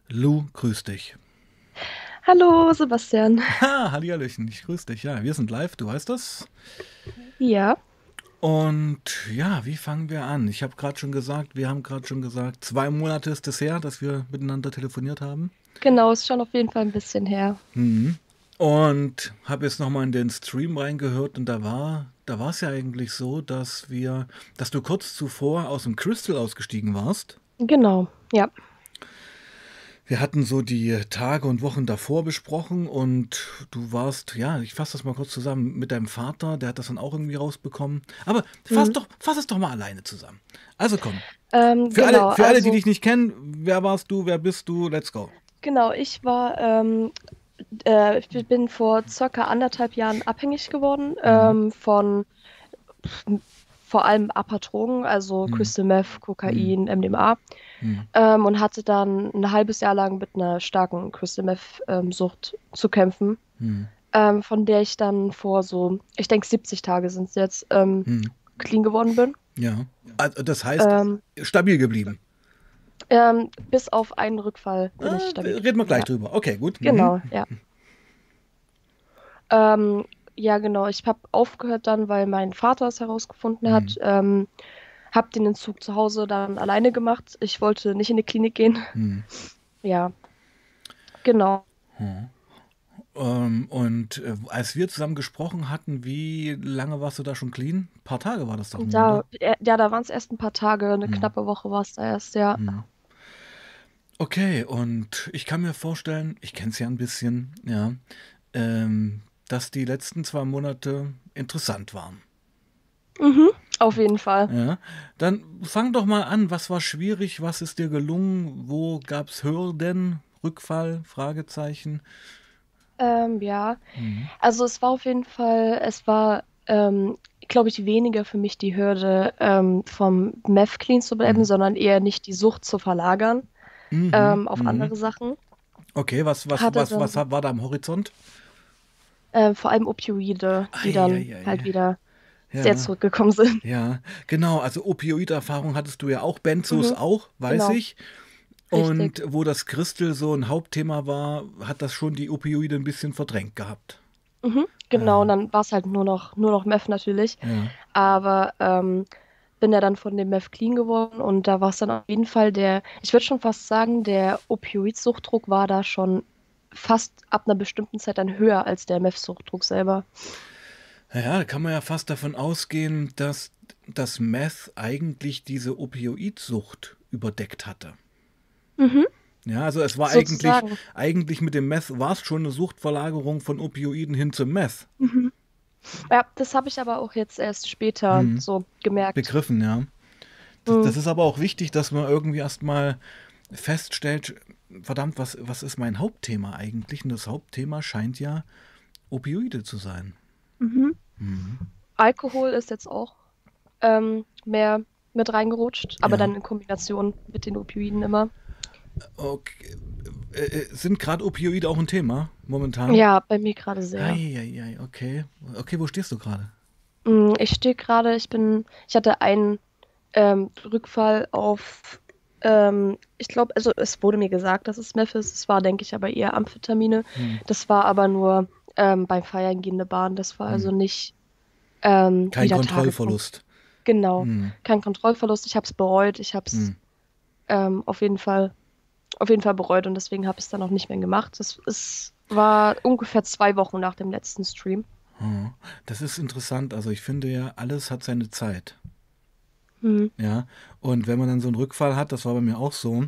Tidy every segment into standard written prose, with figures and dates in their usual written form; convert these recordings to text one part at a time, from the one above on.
Lou, grüß dich. Hallo, Sebastian. Ha, hallihallöchen, ich grüß dich. Ja, wir sind live, du weißt das. Ja, Und ja, wie fangen wir an? Wir haben gerade schon gesagt, 2 Monate ist es her, dass wir miteinander telefoniert haben. genau, ist schon auf jeden Fall ein bisschen her. Mhm. Und habe jetzt nochmal in den Stream reingehört und da war es ja eigentlich so, dass du kurz zuvor aus dem Crystal ausgestiegen warst. Genau, ja. Wir hatten so die Tage und Wochen davor besprochen und du warst, ja, ich fasse das mal kurz zusammen, mit deinem Vater, der hat das dann auch irgendwie rausbekommen. Aber Mhm. fass es doch mal alleine zusammen. Also komm, Genau, für alle, die also dich nicht kennen, wer warst du, wer bist du, let's go. genau, ich bin vor circa 1,5 Jahren abhängig geworden Hm, von vor allem Drogen, also hm, Crystal Meth, hm, Kokain, MDMA, hm, und hatte dann ein halbes Jahr lang mit einer starken Crystal Meth Sucht zu kämpfen, hm, von der ich dann vor so, ich denke 70 Tage sind es jetzt, hm, clean geworden bin. ja. Also das heißt, Ähm, stabil geblieben. bis auf einen Rückfall bin ich stabil Reden wir geblieben, gleich ja. drüber. Okay, gut. Mhm. Genau, ja. Ähm, ja, genau. Ich habe aufgehört dann, weil mein Vater es herausgefunden Hm, hat. Habe den Entzug zu Hause dann alleine gemacht. Ich wollte nicht in die Klinik gehen. hm. Ja, genau. Als wir zusammen gesprochen hatten, wie lange warst du da schon clean? Ein paar Tage war das doch Und nur, oder? da waren es erst ein paar Tage, eine Hm, knappe Woche war es da erst, ja. hm. Okay, und ich kann mir vorstellen, ich kenne es ja ein bisschen, ja, dass die letzten 2 Monate interessant waren. Mhm, auf jeden Fall. Ja, dann fang doch mal an. Was war schwierig? Was ist dir gelungen? Wo gab es Hürden? Rückfall? Fragezeichen? Ja, Hm, also es war auf jeden Fall, es war, glaube ich, weniger für mich die Hürde, vom Meth clean zu bleiben, hm, sondern eher nicht die Sucht zu verlagern, mhm, auf mhm. andere Sachen. Okay, Hatte dann war da am Horizont? vor allem Opioide, die dann Eieiei. halt wieder sehr Ja, zurückgekommen sind. ja, genau. Also Opioid-Erfahrung hattest du ja auch, Benzos Mhm, auch, weiß genau, ich. richtig. Und wo das Crystal so ein Hauptthema war, hat das schon die Opioide ein bisschen verdrängt gehabt. Mhm, genau, und Ja, dann war es halt nur noch Meth natürlich. ja. Aber bin ja dann von dem Meth clean geworden und da war es dann auf jeden Fall ich würde schon fast sagen, der Opioid-Suchtdruck war da schon fast ab einer bestimmten Zeit dann höher als der Meth-Suchtdruck selber. Ja, da kann man ja fast davon ausgehen, dass das Meth eigentlich diese Opioidsucht überdeckt hatte. Mhm, Ja, also es war sozusagen. eigentlich mit dem Meth war es schon eine Suchtverlagerung von Opioiden hin zum Meth. Mhm. Ja, das habe ich aber auch jetzt erst später Hm, so gemerkt. begriffen, ja. Mhm. Das ist aber auch wichtig, dass man irgendwie erstmal feststellt, verdammt, was ist mein Hauptthema eigentlich? Und das Hauptthema scheint ja Opioide zu sein. Mhm. Mhm. Alkohol ist jetzt auch mehr mit reingerutscht, aber Ja. dann in Kombination mit den Opioiden immer. Okay. Sind gerade Opioide auch ein Thema momentan? Ja, bei mir gerade sehr. Eieiei, okay. Okay, wo stehst du gerade? Ich stehe gerade, ich hatte einen Rückfall auf, ich glaube, also es wurde mir gesagt, dass es Meth ist. Es war, denke ich, aber eher Amphetamine. Hm, Das war aber nur beim Feiern gehende Bahn. Das war hm. also nicht Kein wieder Tagepunkt. Kontrollverlust. Genau. Hm, Kein Kontrollverlust. Ich habe es bereut. Ich habe hm. es auf jeden Fall bereut und deswegen habe ich es dann auch nicht mehr gemacht. Es war ungefähr 2 Wochen nach dem letzten Stream. Hm. Das ist interessant. Also ich finde ja, alles hat seine Zeit. Hm. Ja. Und wenn man dann so einen Rückfall hat, das war bei mir auch so,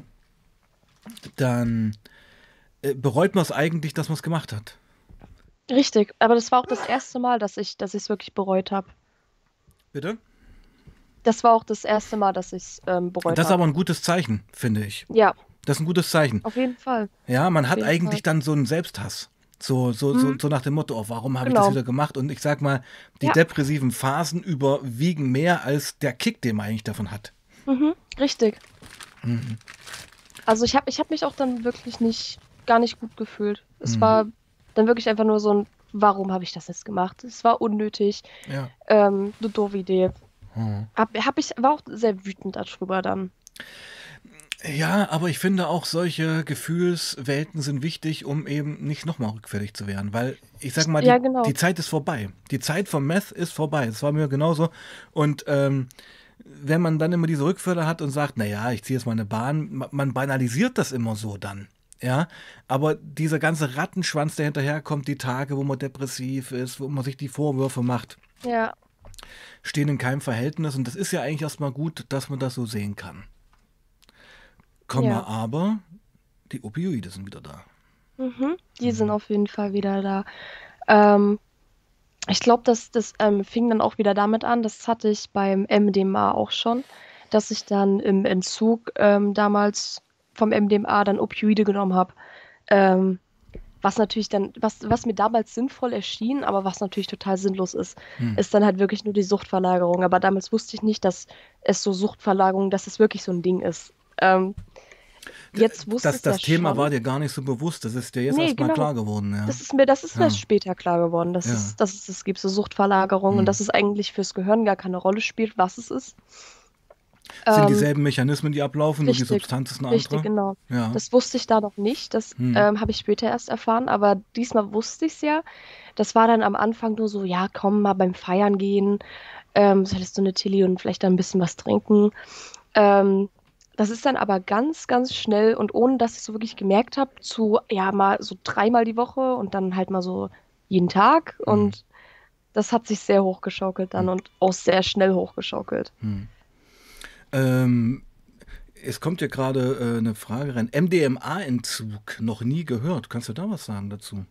dann bereut man es eigentlich, dass man es gemacht hat. Richtig, aber das war auch das erste Mal, dass ich es wirklich bereut habe. Bitte? Das war auch das erste Mal, dass ich es bereut Das ist habe. aber ein gutes Zeichen, finde ich. Ja, Das ist ein gutes Zeichen. auf jeden Fall. Ja, man Auf hat jeden Fall. eigentlich dann so einen Selbsthass. Hm, So nach dem Motto, oh, warum habe ich das genau. wieder gemacht? Und ich sag mal, die Ja, depressiven Phasen überwiegen mehr als der Kick, den man eigentlich davon hat. richtig. Mhm. Ich hab mich auch dann wirklich gar nicht gut gefühlt. Es Mhm. war dann wirklich einfach nur so ein, warum habe ich das jetzt gemacht? Es war unnötig. Ja. Eine doofe Idee. Mhm. War auch sehr wütend darüber dann. Ja, aber ich finde auch solche Gefühlswelten sind wichtig, um eben nicht nochmal rückfällig zu werden. Weil ich sag mal, Ja, die genau. Zeit ist vorbei. Die Zeit vom Meth ist vorbei. Das war mir genauso. Und wenn man dann immer diese Rückfälle hat und sagt, naja, ich ziehe jetzt mal eine Bahn, man banalisiert das immer so dann. Ja, aber dieser ganze Rattenschwanz, der hinterherkommt, die Tage, wo man depressiv ist, wo man sich die Vorwürfe macht, Ja, stehen in keinem Verhältnis. Und das ist ja eigentlich erstmal gut, dass man das so sehen kann. Komma ja. aber, die Opioide sind wieder da. Mhm. Die sind Mhm. auf jeden Fall wieder da. Ähm, Ich glaube, das fing dann auch wieder damit an, das hatte ich beim MDMA auch schon, dass ich dann im Entzug damals vom MDMA dann Opioide genommen habe. Ähm, Was natürlich dann, was mir damals sinnvoll erschien, aber was natürlich total sinnlos ist, Hm. ist dann halt wirklich nur die Suchtverlagerung. Aber damals wusste ich nicht, dass es so Suchtverlagerung, dass es wirklich so ein Ding ist. Jetzt wusste ich es ja Das Thema schon. war dir gar nicht so bewusst. Das ist dir jetzt Nee, erstmal genau. klar geworden, ja. Das ist mir erst Ja, später klar geworden, ja. dass es das gibt, so Suchtverlagerung und Hm. dass es eigentlich fürs Gehirn gar keine Rolle spielt, was es ist. Sind Ähm, dieselben Mechanismen, die ablaufen, nur die Richtig, Substanz ist eine richtig, andere? genau. Ja. Das wusste ich da noch nicht. Das Hm. habe ich später erst erfahren, aber diesmal wusste ich es ja. Das war dann am Anfang nur so, ja, komm mal beim Feiern gehen, solltest du eine Tilly und vielleicht dann ein bisschen was trinken. Ähm, Das ist dann aber ganz, ganz schnell und ohne dass ich es so wirklich gemerkt habe, zu, ja, mal so dreimal die Woche und dann halt mal so jeden Tag. Hm. Und das hat sich sehr hochgeschaukelt Hm. dann und auch sehr schnell hochgeschaukelt. Hm. Ähm, es kommt ja gerade eine Frage rein. MDMA-Entzug, noch nie gehört. Kannst du da was sagen dazu?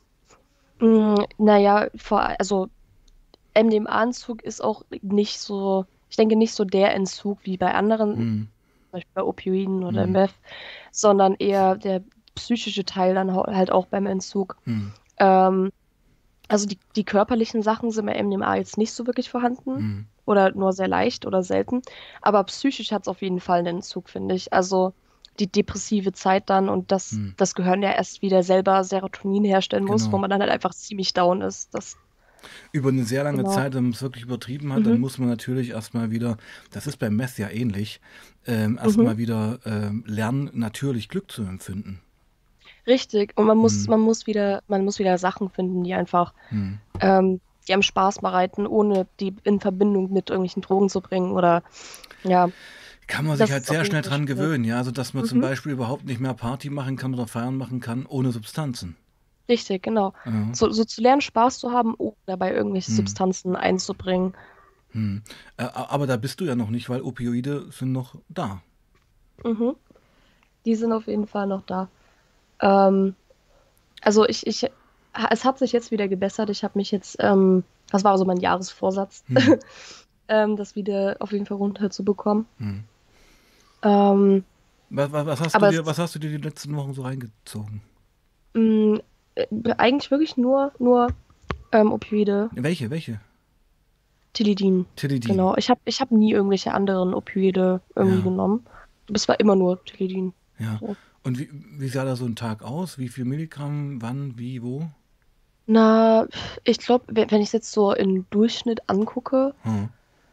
Naja, also MDMA-Entzug ist auch nicht so, ich denke nicht so der Entzug wie bei anderen, zum Hm. Beispiel bei Opioiden oder Hm. Meth, sondern eher der psychische Teil dann halt auch beim Entzug. Hm. Ähm, also die körperlichen Sachen sind bei MDMA jetzt nicht so wirklich vorhanden Hm. oder nur sehr leicht oder selten, aber psychisch hat es auf jeden Fall einen Entzug, finde ich. Also die depressive Zeit dann und Hm. das Gehirn ja erst wieder selber Serotonin herstellen muss, wo Genau. man dann halt einfach ziemlich down ist. Das, Über eine sehr lange genau. Zeit, wenn man es wirklich übertrieben hat, dann Mhm. muss man natürlich erstmal wieder, das ist beim Meth ja ähnlich, Mhm. erstmal wieder lernen, natürlich Glück zu empfinden. Richtig. Und Hm. man muss wieder Sachen finden, die einfach, Hm. die einem Spaß bereiten, ohne die in Verbindung mit irgendwelchen Drogen zu bringen oder, ja, Kann man sich das halt ist auf sehr jeden schnell Fall dran schwierig. gewöhnen, ja, also dass man zum Mhm. Beispiel überhaupt nicht mehr Party machen kann oder feiern machen kann ohne Substanzen. Richtig, genau. Ja. So zu lernen, Spaß zu haben, ohne dabei irgendwelche Hm. Substanzen einzubringen. Hm. Aber da bist du ja noch nicht, weil Opioide sind noch da. Mhm. Die sind auf jeden Fall noch da. Ähm, also es hat sich jetzt wieder gebessert. Ich habe mich jetzt, das war so mein Jahresvorsatz, Hm. das wieder auf jeden Fall runterzubekommen. Hm. Ähm, aber Was hast du dir die letzten Wochen so reingezogen? mh, äh, eigentlich wirklich nur Opioide, Welche? Tilidin. Tilidin. Genau. Ich hab nie irgendwelche anderen Opioide irgendwie Ja, genommen. Es war immer nur Tilidin. ja. So. Und wie sah da so ein Tag aus? Wie viel Milligramm, wann, wie, wo? Na, ich glaube, wenn ich es jetzt so im Durchschnitt angucke, Hm.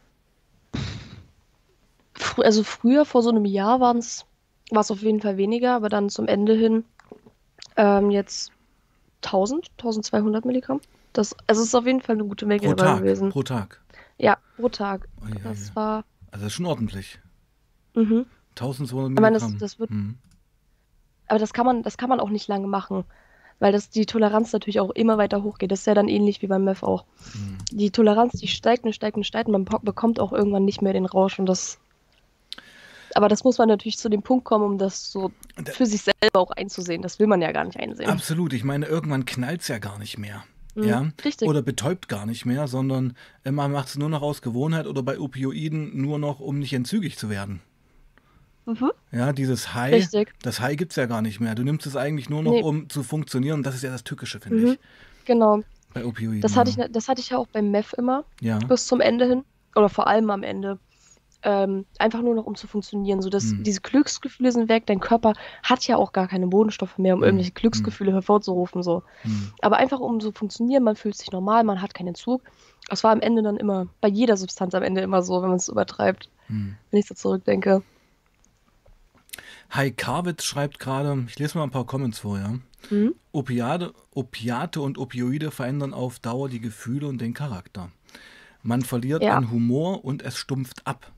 also früher, vor so einem Jahr war es auf jeden Fall weniger, aber dann zum Ende hin jetzt 1200 Milligramm. Also es ist auf jeden Fall eine gute Menge Pro dabei Tag, gewesen. pro Tag. Ja, pro Tag. Ui, ui, ui. Das war, Also das ist schon ordentlich. mhm. 1200 Ich meine, Milligramm. Hm. aber das kann man auch nicht lange machen, weil die Toleranz natürlich auch immer weiter hochgeht. Das ist ja dann ähnlich wie beim Meth auch. Hm. Die Toleranz, die steigt und steigt und steigt und man bekommt auch irgendwann nicht mehr den Rausch und aber das muss man natürlich zu dem Punkt kommen, um das so Da, für sich selber auch einzusehen. Das will man ja gar nicht einsehen. absolut. Ich meine, irgendwann knallt es ja gar nicht mehr. Mhm. Ja, Richtig. oder betäubt gar nicht mehr, sondern man macht es nur noch aus Gewohnheit oder bei Opioiden nur noch, um nicht entzügig zu werden. Mhm. Ja, dieses High, Richtig. das High gibt es ja gar nicht mehr. Du nimmst es eigentlich nur noch, Nee. um zu funktionieren. Das ist ja das Tückische, finde Mhm. ich, Genau. bei Opioiden, ja. Das hatte ich ja auch beim Meth immer, Ja, bis zum Ende hin. Oder vor allem am Ende. Einfach nur noch, um zu funktionieren. hm, Diese Glücksgefühle sind weg. Dein Körper hat ja auch gar keine Bodenstoffe mehr, um hm, irgendwelche hm, Glücksgefühle hervorzurufen. So. hm. Aber einfach um so zu funktionieren, man fühlt sich normal, man hat keinen Entzug. Das war am Ende dann immer, bei jeder Substanz am Ende immer so, wenn man es übertreibt, Hm. wenn ich so zurückdenke. Hi Karwitz schreibt gerade, ich lese mal ein paar Comments vor, ja. Mhm. Opiate und Opioide verändern auf Dauer die Gefühle und den Charakter. Man verliert Ja, an Humor und es stumpft ab.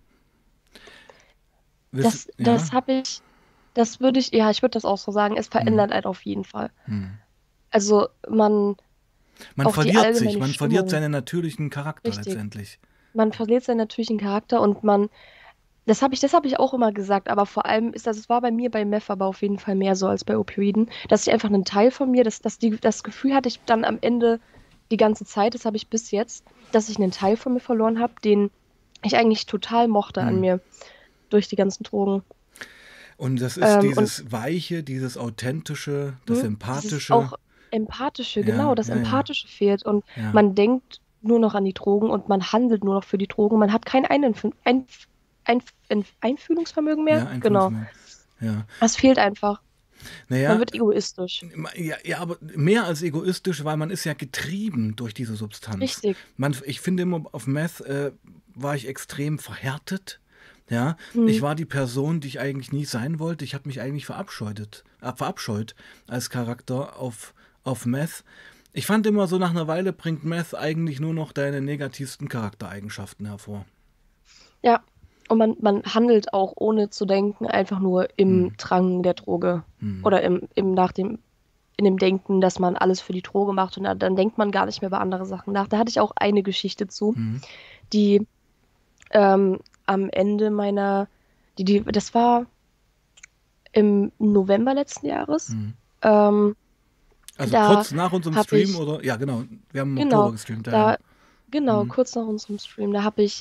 Ja? das habe ich, das würde ich, ja, ich würde das auch so sagen, es Hm, verändert einen auf jeden Fall. hm. Also Man auch die verliert sich, allgemeine man verliert Stimmung, seinen natürlichen Charakter richtig. letztendlich. Man verliert seinen natürlichen Charakter und das habe ich auch immer gesagt, aber vor allem es war bei mir bei Meth aber auf jeden Fall mehr so als bei Opioiden, dass ich einfach einen Teil von mir, das Gefühl hatte ich dann am Ende die ganze Zeit, das habe ich bis jetzt, dass ich einen Teil von mir verloren habe, den ich eigentlich total mochte an Hm. mir durch die ganzen Drogen. Und das ist Und dieses Weiche, dieses Authentische, das dieses Empathische. auch Empathische, genau, Ja, das ja, ja, Empathische fehlt und ja. man denkt nur noch an die Drogen und man handelt nur noch für die Drogen. Man hat kein Einfühlungsvermögen mehr. Ja, Genau. Einfühlungsvermögen. Ja. Es fehlt einfach. Man Naja, wird egoistisch. ja, ja, aber mehr als egoistisch, weil man ist ja getrieben durch diese Substanz. Richtig. Ich finde immer, auf Meth war ich extrem verhärtet. Ja, ich Hm. war die Person, die ich eigentlich nie sein wollte. Ich habe mich eigentlich verabscheut als Charakter auf Meth. Ich fand immer so, nach einer Weile bringt Meth eigentlich nur noch deine negativsten Charaktereigenschaften hervor. Ja. Und man handelt auch ohne zu denken, einfach nur im Hm, Drang der Droge. hm, Oder in dem Denken, dass man alles für die Droge macht und dann denkt man gar nicht mehr über andere Sachen nach. Da hatte ich auch eine Geschichte zu, hm, die am Ende das war im November letzten Jahres. hm. Ähm, Also da kurz nach unserem habe Stream ich, oder? Ja, genau. Wir haben im Oktober genau, gestreamt, ja, ja. da, genau, Hm, kurz nach unserem Stream,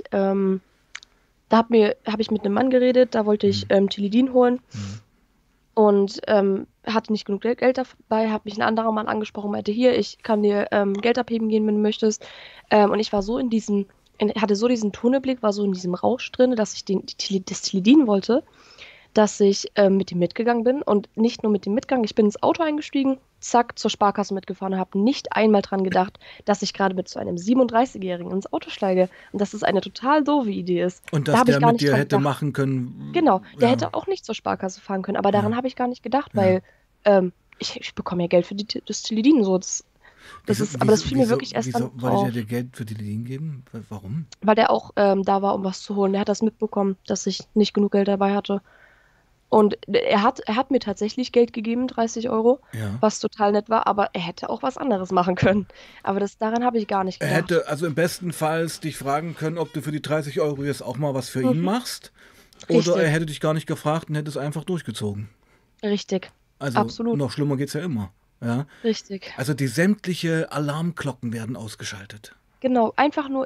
da habe ich mit einem Mann geredet, da wollte hm, ich Tilidin holen hm, und hatte nicht genug Geld dabei, hat mich ein anderer Mann angesprochen, meinte, hier, ich kann dir Geld abheben gehen, wenn du möchtest. Und ich war so hatte so diesen Tunnelblick, war so in diesem Rausch drin, dass ich das Tilidin wollte, dass ich mit ihm mitgegangen bin und nicht nur mit ihm mitgegangen, ich bin ins Auto eingestiegen, zack, zur Sparkasse mitgefahren und habe nicht einmal dran gedacht, dass ich gerade mit so einem 37-Jährigen ins Auto steige und dass es eine total doofe Idee ist. Und Da dass habe ich der gar mit nicht dir dran hätte gedacht. machen Genau, können, der ja, hätte auch nicht zur Sparkasse fahren können, aber daran ja, habe ich gar nicht gedacht, ja. weil ich bekomme ja Geld für das Tilidin, so, aber das fiel mir wirklich erst dann Wieso wollte der drauf, dir Geld für die Lidin geben? Warum? weil der auch da war, um was zu holen. Der hat das mitbekommen, dass ich nicht genug Geld dabei hatte. Und er hat mir tatsächlich Geld gegeben, 30 Euro, Ja. was total nett war, aber er hätte auch was anderes machen können. Aber daran habe ich gar nicht Er gedacht. hätte also im besten Fall dich fragen können, ob du für die 30 Euro jetzt auch mal was für ihn Mhm. machst. Oder er Richtig, hätte dich gar nicht gefragt und hätte es einfach durchgezogen. richtig, Also absolut, noch schlimmer geht's ja immer. Ja. richtig. Also die sämtliche Alarmglocken werden ausgeschaltet. Genau, einfach nur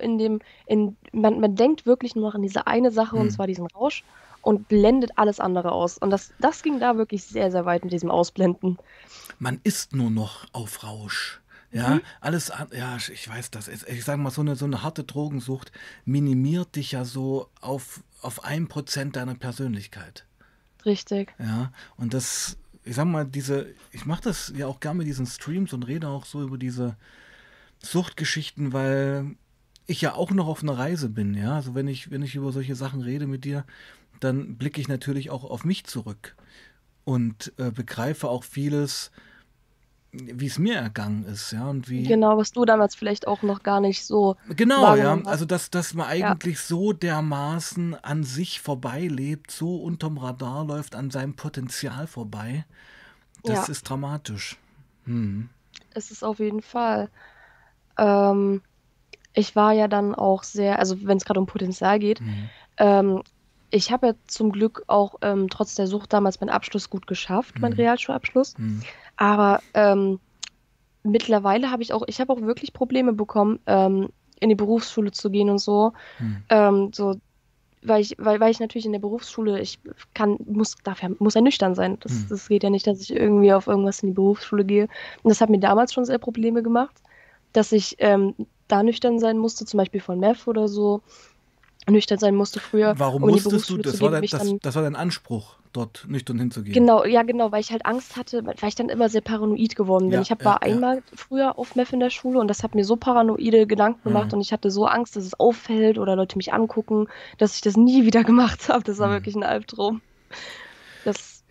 man denkt wirklich nur noch an diese eine Sache, und Hm. zwar diesen Rausch, und blendet alles andere aus. Und das ging da wirklich sehr, sehr weit mit diesem Ausblenden. Man ist nur noch auf Rausch. Mhm. Ja, ja, ich weiß das. Ich sage mal, so eine harte Drogensucht minimiert dich ja so auf 1% deiner Persönlichkeit. Richtig. Ja, und ich sag mal, ich mache das ja auch gerne mit diesen Streams und rede auch so über diese Suchtgeschichten, weil ich ja auch noch auf einer Reise bin, ja. Also wenn ich über solche Sachen rede mit dir, dann blicke ich natürlich auch auf mich zurück und begreife auch vieles, wie es mir ergangen ist, ja, und wie, Genau, was du damals vielleicht auch noch gar nicht so genau, ja, wahrgenommen also hast. dass man Ja, eigentlich so dermaßen an sich vorbeilebt, so unterm Radar läuft, an seinem Potenzial vorbei, das ja, ist dramatisch. Hm. es ist auf jeden Fall. Ähm, Ich war ja dann auch sehr, also wenn es gerade um Potenzial geht, Hm. ähm, ich habe ja zum Glück auch trotz der Sucht damals meinen Abschluss gut geschafft, meinen Hm. Realschulabschluss. Hm. Aber mittlerweile ich habe auch wirklich Probleme bekommen, in die Berufsschule zu gehen und so. Hm. So, weil ich natürlich in der Berufsschule, muss ja nüchtern sein. Das, Hm. das geht ja nicht, dass ich irgendwie auf irgendwas in die Berufsschule gehe. Und das hat mir damals schon sehr Probleme gemacht, dass ich da nüchtern sein musste, zum Beispiel von Meth oder so, nüchtern sein musste früher, Warum um in die musstest du, Berufsschule zu gehen, das war dein Anspruch, dort nüchtern hinzugehen? genau, ja genau, weil ich halt Angst hatte, weil ich dann immer sehr paranoid geworden bin. Ja, Ich ja, war ja. einmal früher auf Meth in der Schule und das hat mir so paranoide Gedanken gemacht Hm. und ich hatte so Angst, dass es auffällt oder Leute mich angucken, dass ich das nie wieder gemacht habe. Das war Hm. wirklich ein Albtraum. Das,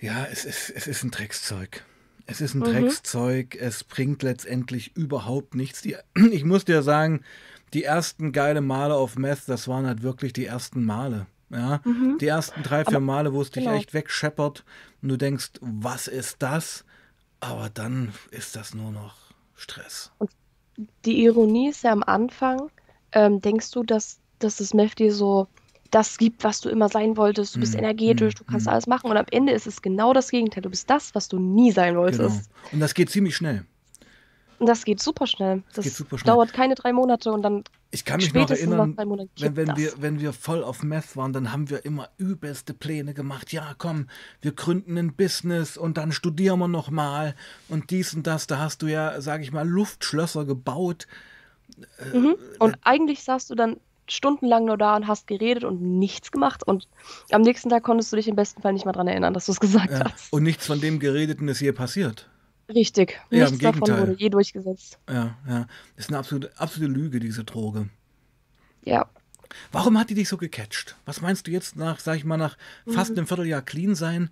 Ja, es ist ein Dreckszeug. Es ist ein Mhm. Dreckszeug. Es bringt letztendlich überhaupt nichts. Ich muss dir sagen, die ersten geile Male auf Meth, das waren halt wirklich die ersten Male. Ja, Mhm. die ersten drei, vier Aber Male, wo es dich genau. echt wegscheppert und du denkst, was ist das? Aber dann ist das nur noch Stress. Und die Ironie ist ja am Anfang, denkst du, dass das Meth dir so das gibt, was du immer sein wolltest. Du bist Hm, energetisch, hm, du kannst hm. alles machen. Und am Ende ist es genau das Gegenteil. Du bist das, was du nie sein Genau. wolltest. Und das geht ziemlich schnell. Und das geht super schnell. Es geht Das super schnell. dauert keine 3 Monate und dann Ich kann mich noch spätestens nach erinnern, 3 Monaten wenn, kippt wenn wir, das. wenn wir voll auf Meth waren, dann haben wir immer übelste Pläne gemacht. Ja, komm, wir gründen ein Business und dann studieren wir noch mal und dies und das. Da hast du ja, sag ich mal, Luftschlösser gebaut. Mhm. Und eigentlich saßt du dann stundenlang nur da und hast geredet und nichts gemacht. Und am nächsten Tag konntest du dich im besten Fall nicht mal dran erinnern, dass du es gesagt hast. Und nichts von dem Geredeten ist je passiert. Richtig. Ja, im Nichts davon wurde Gegenteil. je durchgesetzt. Ja, ja. Ist eine absolute Lüge, diese Droge. Ja. Warum hat die dich so gecatcht? Was meinst du jetzt nach, sag ich mal, nach fast Mhm. einem Vierteljahr clean sein?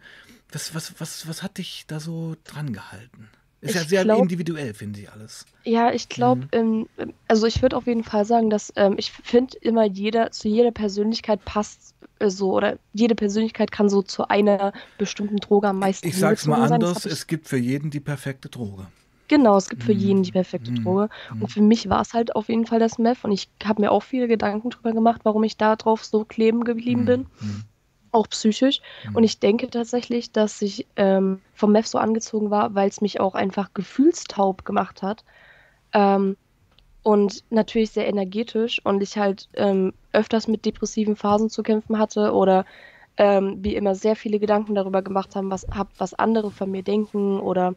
Was hat dich da so dran gehalten? Ist ja Ich sehr glaube, individuell, finde ich alles. ja, ich glaube, Mhm. also ich würde auf jeden Fall sagen, dass ich finde immer zu jeder Persönlichkeit passt so, oder jede Persönlichkeit kann so zu einer bestimmten Droge am meisten Ich sag's mal hingezogen sein. Das anders, habe ich, es gibt für jeden die perfekte Droge. genau, es gibt für jeden die Mhm. perfekte Mhm. Droge. Und Mhm. für mich war es halt auf jeden Fall das Meth. Und ich habe mir auch viele Gedanken drüber gemacht, warum ich da drauf so kleben geblieben Mhm. bin. Mhm. Auch psychisch. Und Mhm. ich denke tatsächlich, dass ich vom Meth so angezogen war, weil es mich auch einfach gefühlstaub gemacht hat. Ähm, und natürlich sehr energetisch und ich halt öfters mit depressiven Phasen zu kämpfen hatte oder wie immer sehr viele Gedanken darüber gemacht haben, was andere von mir denken oder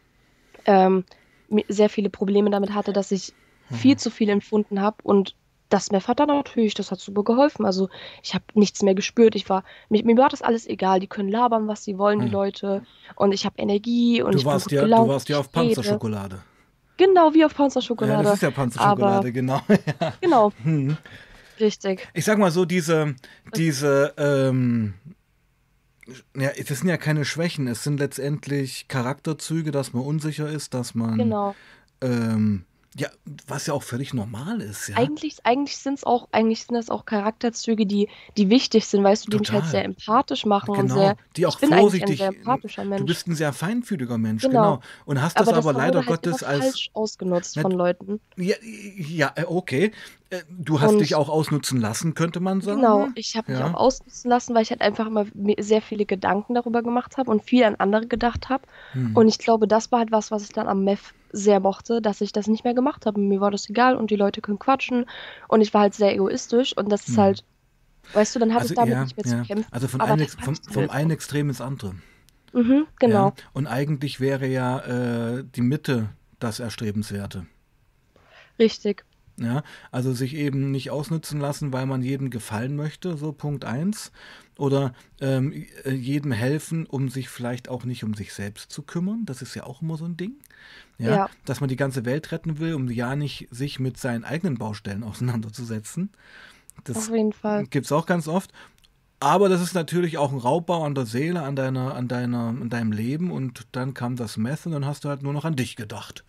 ähm, sehr viele Probleme damit hatte, dass ich viel zu viel empfunden habe und das Meth hat dann natürlich, das hat super geholfen. Also ich habe nichts mehr gespürt. Mir war das alles egal. Die können labern, was sie wollen, die Mhm. Leute. Und ich habe Energie und Du ich bin warst gut ja, du gelaunt, warst ja ich auf rede. Panzerschokolade. Genau wie auf Ja, das Panzerschokolade. ist ja Aber Panzerschokolade, genau. Ja. genau, Mhm. richtig. Ich sag mal so, diese, ja, das sind ja keine Schwächen, es sind letztendlich Charakterzüge, dass man unsicher ist, dass man, Genau. ähm, ja, was ja auch völlig normal ist, ja. Eigentlich sind das auch Charakterzüge, die wichtig sind, weißt du, die mich halt sehr Total. empathisch machen und Genau. Die auch ich bin eigentlich ein sehr vorsichtig, empathischer du Mensch. bist ein sehr feinfühliger Mensch, Genau. genau. Und hast das Aber aber das leider wurde halt immer Gottes als, falsch ausgenutzt na, von Leuten. ja, ja, okay. Du hast dich Und auch ausnutzen lassen, könnte man genau, sagen. ich habe mich auch Ja. ausnutzen lassen, weil ich halt einfach immer mir sehr viele Gedanken darüber gemacht habe und viel an andere gedacht habe. Hm. Und ich glaube, das war halt was ich dann am Meth sehr mochte, dass ich das nicht mehr gemacht habe. Mir war das egal und die Leute können quatschen. Und ich war halt sehr egoistisch und das ist Hm. halt, weißt du, dann habe Also ich damit ja, nicht mehr zu ja. kämpfen. Also von Aber einem, das fand ich vom toll. einen Extrem ins andere. Mhm, Ja. genau, Und eigentlich wäre ja die Mitte das Erstrebenswerte. richtig. Ja, also sich eben nicht ausnutzen lassen, weil man jedem gefallen möchte, so Punkt eins. Oder jedem helfen, um sich vielleicht auch nicht um sich selbst zu kümmern. Das ist ja auch immer so ein Ding. Ja, Ja, dass man die ganze Welt retten will, um ja nicht sich mit seinen eigenen Baustellen auseinanderzusetzen. auf Das jeden Fall. gibt es auch ganz oft. Aber das ist natürlich auch ein Raubbau an der Seele, an deinem Leben. Und dann kam das Meth und dann hast du halt nur noch an dich gedacht.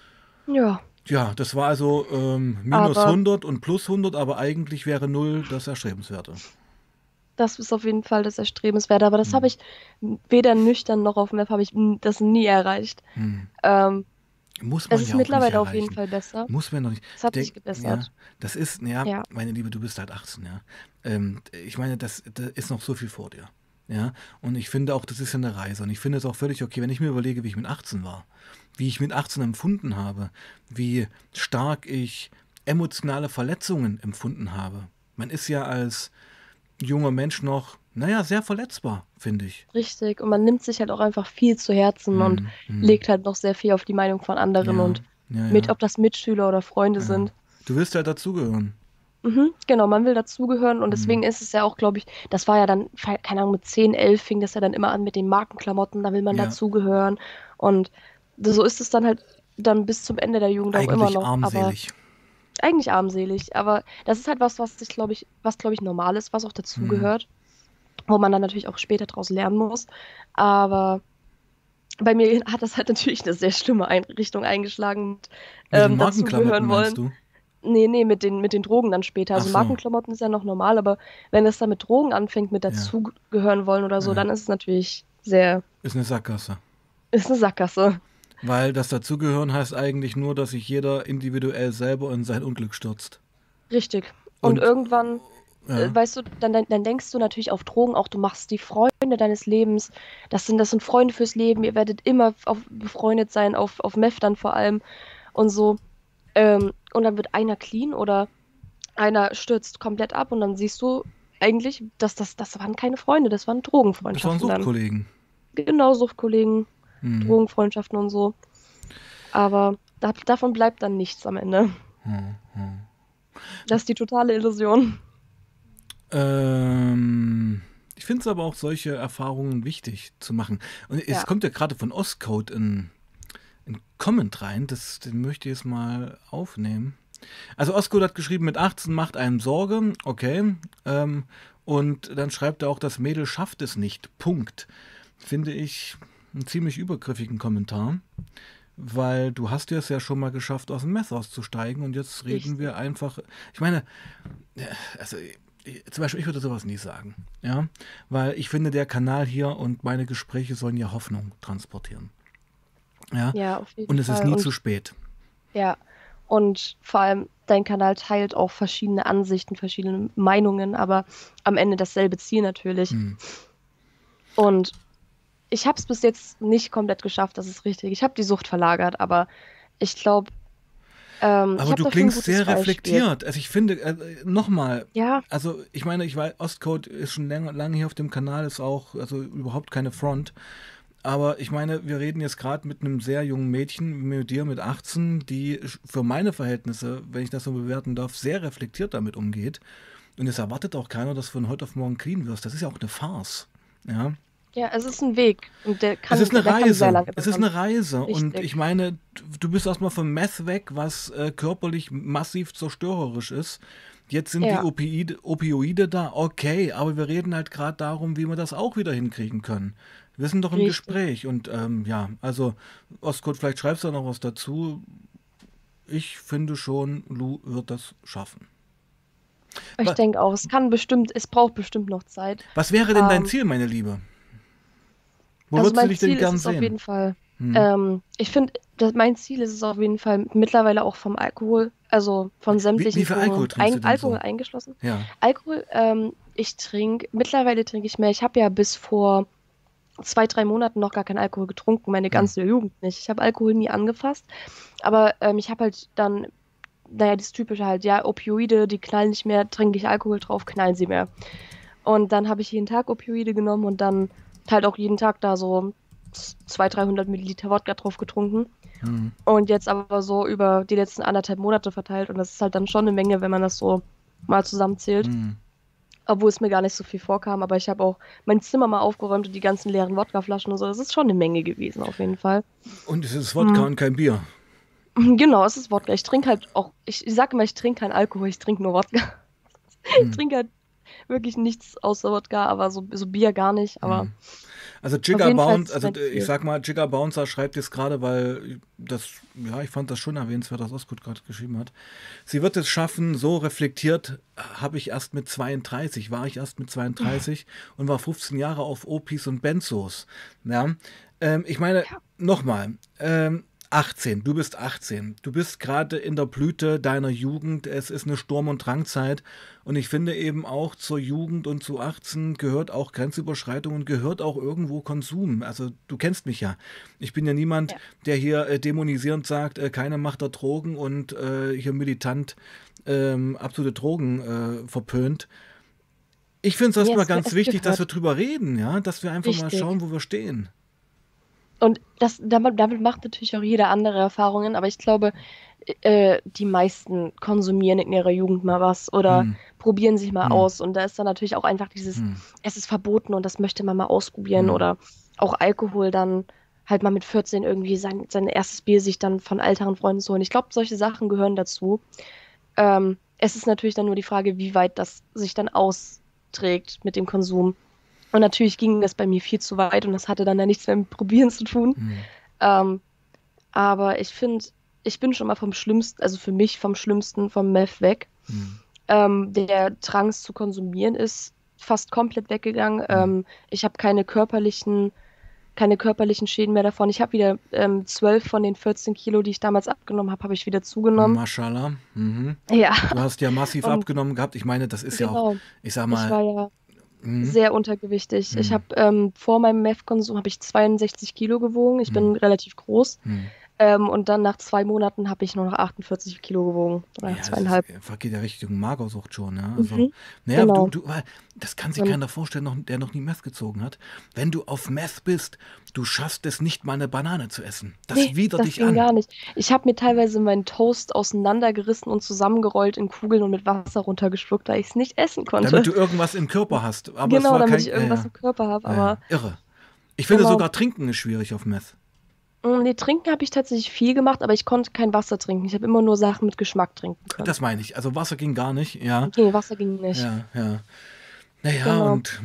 Ja, Ja, das war also minus aber 100 und plus 100, aber eigentlich wäre null das Erstrebenswerte. das ist auf jeden Fall das Erstrebenswert. Aber das habe Hm. ich weder nüchtern noch auf Meth habe ich das nie erreicht. Hm. Ähm, Muss Es man ist ja auch nicht mittlerweile auf jeden erreichen. Fall besser. Muss man doch nicht. Es hat sich Denk, ja, gebessert. das ist, ja, Ja, meine Liebe, du bist halt 18, ja. Ich meine, das ist noch so viel vor dir. Ja, und ich finde auch, das ist ja eine Reise. Und ich finde es auch völlig okay, wenn ich mir überlege, wie ich mit 18 war, wie ich mit 18 empfunden habe, wie stark ich emotionale Verletzungen empfunden habe. Man ist ja als junger Mensch noch, naja, sehr verletzbar, finde ich. richtig. Und man nimmt sich halt auch einfach viel zu Herzen und Hm, hm. legt halt noch sehr viel auf die Meinung von anderen Ja, und ja, ja, ob das Mitschüler oder Freunde ja. sind. Du willst halt dazugehören. Mhm, genau, man will dazugehören und Hm. deswegen ist es ja auch, glaube ich, das war ja dann, keine Ahnung, mit 10, 11 fing das ja dann immer an mit den Markenklamotten, da will man Ja, dazugehören und so ist es dann halt dann bis zum Ende der Jugend auch immer eigentlich noch, aber armselig. eigentlich armselig, aber das ist halt was, was glaube ich, normal ist, was auch Hm. dazugehört. wo man dann natürlich auch später daraus lernen muss. Aber bei mir hat das halt natürlich eine sehr schlimme Richtung eingeschlagen mit Mit den Markenklamotten dazugehören meinst wollen. du? Nee, mit den Drogen dann später. Ach Also so, Markenklamotten ist ja noch normal, aber wenn es dann mit Drogen anfängt, mit ja. dazugehören wollen oder so, Äh, dann ist es natürlich sehr, ist eine Sackgasse. ist eine Sackgasse. Weil das Dazugehören heißt eigentlich nur, dass sich jeder individuell selber in sein Unglück stürzt. Richtig. Und Und irgendwann, ja, weißt du, dann denkst du natürlich auf Drogen auch, du machst die Freunde deines Lebens. Das sind Freunde fürs Leben. Ihr werdet immer befreundet sein, auf Meth dann vor allem und so. Und dann wird einer clean oder einer stürzt komplett ab und dann siehst du eigentlich, dass das waren keine Freunde, das waren das waren Drogenfreundschaften dann. Suchtkollegen. Genau, Suchtkollegen, Hm. Drogenfreundschaften und so. Aber davon bleibt dann nichts am Ende. Hm. Hm. Das ist die totale Illusion. Ich finde es aber auch solche Erfahrungen wichtig zu machen. Und es Ja, kommt ja gerade von Ostcode ein Comment rein, den möchte ich jetzt mal aufnehmen. Also Ostcode hat geschrieben, mit 18 macht einem Sorge, okay. Und dann schreibt er auch, das Mädel schafft es nicht. Punkt. Finde ich einen ziemlich übergriffigen Kommentar, weil du hast es ja schon mal geschafft, aus dem Mess auszusteigen und jetzt reden richtig. wir einfach. Ich meine, also zum Beispiel, ich würde sowas nie sagen, ja, weil ich finde, der Kanal hier und meine Gespräche sollen ja Hoffnung transportieren, ja, Ja, auf jeden und es ist Fall. nie zu Und spät. ja, und vor allem dein Kanal teilt auch verschiedene Ansichten, verschiedene Meinungen, aber am Ende dasselbe Ziel natürlich. Hm. Und ich habe es bis jetzt nicht komplett geschafft, das ist richtig. Ich habe die Sucht verlagert, aber ich glaube, ich Aber habe du dafür ein klingst gutes sehr Beispiel. reflektiert. Also ich finde, nochmal, Ja, also ich meine, ich weiß, Ostcode ist schon lange hier auf dem Kanal, ist auch, also überhaupt keine Front. Aber ich meine, wir reden jetzt gerade mit einem sehr jungen Mädchen, mit dir mit 18, die für meine Verhältnisse, wenn ich das so bewerten darf, sehr reflektiert damit umgeht. Und es erwartet auch keiner, dass du von heute auf morgen clean wirst. Das ist ja auch eine Farce. Ja. ja, es ist ein Weg und der Es ist kann, eine der kann sehr Reise. lange Es ist dauern. eine Reise. Und ich Richtig, meine, du bist erstmal vom Meth weg, was körperlich massiv zerstörerisch ist. Jetzt sind die ja, Opioide da, okay, aber wir reden halt gerade darum, wie wir das auch wieder hinkriegen können. Wir sind doch im richtig. Gespräch und ja, also Ostkurt, vielleicht schreibst du noch was dazu. Ich finde schon, Lou wird das schaffen. Ich Wa- denke auch, es braucht bestimmt noch Zeit. Was wäre denn dein Ähm, Ziel, meine Liebe? Wo also würdest du mein dich denn Ziel ist gern es auf sehen? jeden Fall, Hm? ich finde, mein Ziel ist es auf jeden Fall mittlerweile auch vom Alkohol, also von Wie sämtlichen viel Drogen, Alkohol trinkst du denn Alkohol so? eingeschlossen. Ja. Alkohol, mittlerweile trinke ich mehr. Ich habe ja bis vor 2, 3 Monaten noch gar keinen Alkohol getrunken, meine Hm. ganze Jugend nicht. Ich habe Alkohol nie angefasst, aber ich habe halt dann, naja, das Typische halt, ja, Opioide, die knallen nicht mehr, trinke ich Alkohol drauf, knallen sie mehr. Und dann habe ich jeden Tag Opioide genommen und dann halt auch jeden Tag da so 200, 300 Milliliter Wodka drauf getrunken. Hm. Und jetzt aber so über die letzten 1,5 Monate verteilt. Und das ist halt dann schon eine Menge, wenn man das so mal zusammenzählt. Hm. Obwohl es mir gar nicht so viel vorkam. Aber ich habe auch mein Zimmer mal aufgeräumt und die ganzen leeren Wodkaflaschen und so. Das ist schon eine Menge gewesen, auf jeden Fall. Und es ist Wodka Mm. und kein Bier. Genau, es ist Wodka. Ich trinke halt auch, ich sage immer, ich trinke keinen Alkohol, ich trinke nur Wodka. Ich Hm. trinke halt wirklich nichts außer Wodka, aber so Bier gar nicht. Aber Hm. Also auf Jigger jeden Fall Bounce, ist es also mein ich Ziel. sag mal, Jigger Bouncer schreibt jetzt gerade, weil das, ja, ich fand das schon erwähnenswert, was Oskut gerade geschrieben hat. Sie wird es schaffen, so reflektiert habe ich erst mit 32, war ich erst mit 32 und war 15 Jahre auf Opis und Benzos. Ja, ich meine, Ja. nochmal, 18, du bist 18, du bist gerade in der Blüte deiner Jugend, es ist eine Sturm- und Drangzeit und ich finde eben auch zur Jugend und zu 18 gehört auch Grenzüberschreitung und gehört auch irgendwo Konsum. Also du kennst mich ja. Ich bin ja niemand, Ja. der hier dämonisierend sagt, keine Macht der Drogen und hier militant absolute Drogen verpönt. Ich finde es Nee, erstmal ganz es wichtig, dass wir gehört. drüber reden, ja, dass wir einfach mal Richtig. schauen, wo wir stehen. Und damit macht natürlich auch jeder andere Erfahrungen, aber ich glaube, die meisten konsumieren in ihrer Jugend mal was oder Hm, probieren sich mal hm, aus. Und da ist dann natürlich auch einfach dieses, hm, es ist verboten und das möchte man mal ausprobieren hm. oder auch Alkohol dann halt mal mit 14 irgendwie sein erstes Bier sich dann von älteren Freunden zu holen. Ich glaube, solche Sachen gehören dazu. Es ist natürlich dann nur die Frage, wie weit das sich dann austrägt mit dem Konsum. Und natürlich ging das bei mir viel zu weit und das hatte dann ja nichts mehr mit Probieren zu tun. Hm. Ähm, aber ich finde, ich bin schon mal vom Schlimmsten, also für mich vom Schlimmsten vom Meth weg. Hm. Der Drang es zu konsumieren ist fast komplett weggegangen. Hm. Ich habe keine körperlichen Schäden mehr davon. Ich habe wieder 12 von den 14 Kilo, die ich damals abgenommen habe, habe ich wieder zugenommen. Mashallah. Mhm. Ja, Du hast ja massiv und abgenommen gehabt. Ich meine, das ist ja auch, genau, ich sag ich mal, war ja hm, sehr untergewichtig. Ich hm, habe vor meinem Meth-Konsum habe ich 62 Kilo gewogen. Ich hm, bin relativ groß. hm. Und dann nach 2 Monaten habe ich nur noch 48 Kilo gewogen. Oder Ja, es ist, 2,5. geht ja Richtung Magersucht schon, ja. Also, Mhm, naja, genau. weil das kann sich Und keiner vorstellen, der noch nie Meth gezogen hat. Wenn du auf Meth bist, du schaffst es nicht mal eine Banane zu essen. Das nee, widert das dich ging an. gar nicht. Ich habe mir teilweise meinen Toast auseinandergerissen und zusammengerollt in Kugeln und mit Wasser runtergeschluckt, weil ich es nicht essen Damit konnte. du irgendwas im Körper hast. Aber es Genau, war damit ich kein, irgendwas im Körper habe. Aber irre. Ich finde genau. sogar Trinken ist schwierig auf Meth. Nee, trinken habe ich tatsächlich viel gemacht, aber ich konnte kein Wasser trinken. Ich habe immer nur Sachen mit Geschmack trinken können. Das meine ich. Also Wasser ging gar nicht, ja. Okay, Wasser ging nicht. Ja, ja. Naja, Genau. und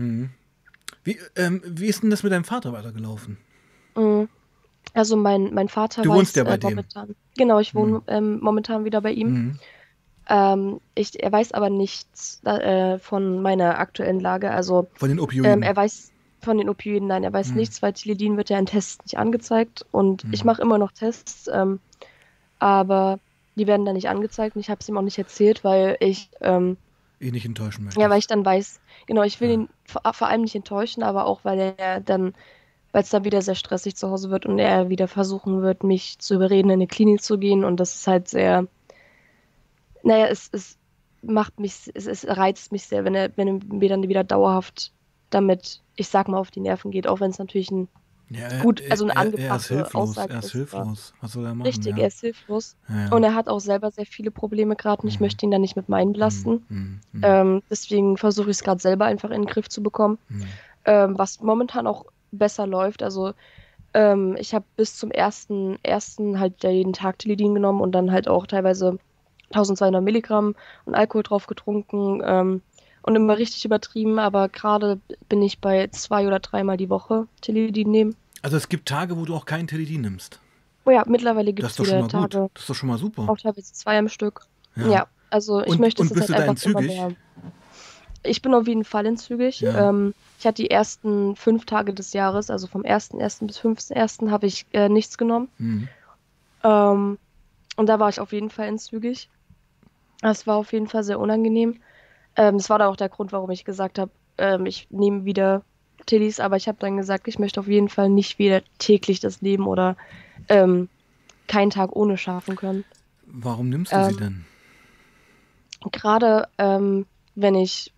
wie ist denn das mit deinem Vater weitergelaufen? Mm. Also mein Vater Du wohnst weiß ja bei dem. momentan, genau, ich Hm, wohne momentan wieder bei ihm. hm. Er weiß aber nichts von meiner aktuellen Lage. Also Von den Opioiden. er weiß von den Opioiden, nein, er weiß Hm, nichts, weil Tilidin wird ja in Tests nicht angezeigt und ich hm. mache immer noch Tests, aber die werden dann nicht angezeigt und ich habe es ihm auch nicht erzählt, Ihn nicht enttäuschen ja, weil ich möchtest. dann weiß, genau, ich will Ja. ihn vor allem nicht enttäuschen, aber auch, weil es dann wieder sehr stressig zu Hause wird und er wieder versuchen wird, mich zu überreden, in eine Klinik zu gehen und das ist halt sehr, naja, es macht mich, es reizt mich sehr, wenn er mir dann wieder dauerhaft damit, ich sag mal, auf die Nerven geht, auch wenn es natürlich Ja, also eine er ist angebrachte hilflos. Aussage Er ist ist, aber hilflos. Was soll er machen? richtig, er Ja. ist hilflos. Ja, Und ja. er hat auch selber sehr viele Probleme gerade und ich Hm, möchte ihn da nicht mit meinen hm, belasten. hm, hm, Deswegen versuche ich es gerade selber einfach in den Griff zu bekommen. hm. Was momentan auch besser läuft. Also ich habe bis zum ersten halt ja jeden Tag Tilidin genommen und dann halt auch teilweise 1200 Milligramm und Alkohol drauf getrunken und immer richtig übertrieben. Aber gerade bin ich bei 2 oder 3 Mal die Woche Tilidin nehmen. Also es gibt Tage, wo du auch kein Teledin nimmst. Oh ja, mittlerweile gibt Das ist es doch schon wieder mal gut. Tage, Das ist doch schon mal super. auch teilweise 2 am Stück. Ja. Ja, also ich möchte es Und jetzt bist halt du da einfach immer entzügig? mehr. Ich bin auf jeden Fall entzügig. Ja. Ich hatte die ersten 5 Tage des Jahres, also vom 1.1. bis 15.1. habe ich nichts genommen. Hm. Ähm, und da war ich auf jeden Fall entzügig. Das war auf jeden Fall sehr unangenehm. Das war da auch der Grund, warum ich gesagt habe, ich nehme wieder Tillis, aber ich habe dann gesagt, ich möchte auf jeden Fall nicht wieder täglich das Leben oder ähm, keinen Tag ohne schaffen können. Warum nimmst du sie Ähm, denn? Gerade wenn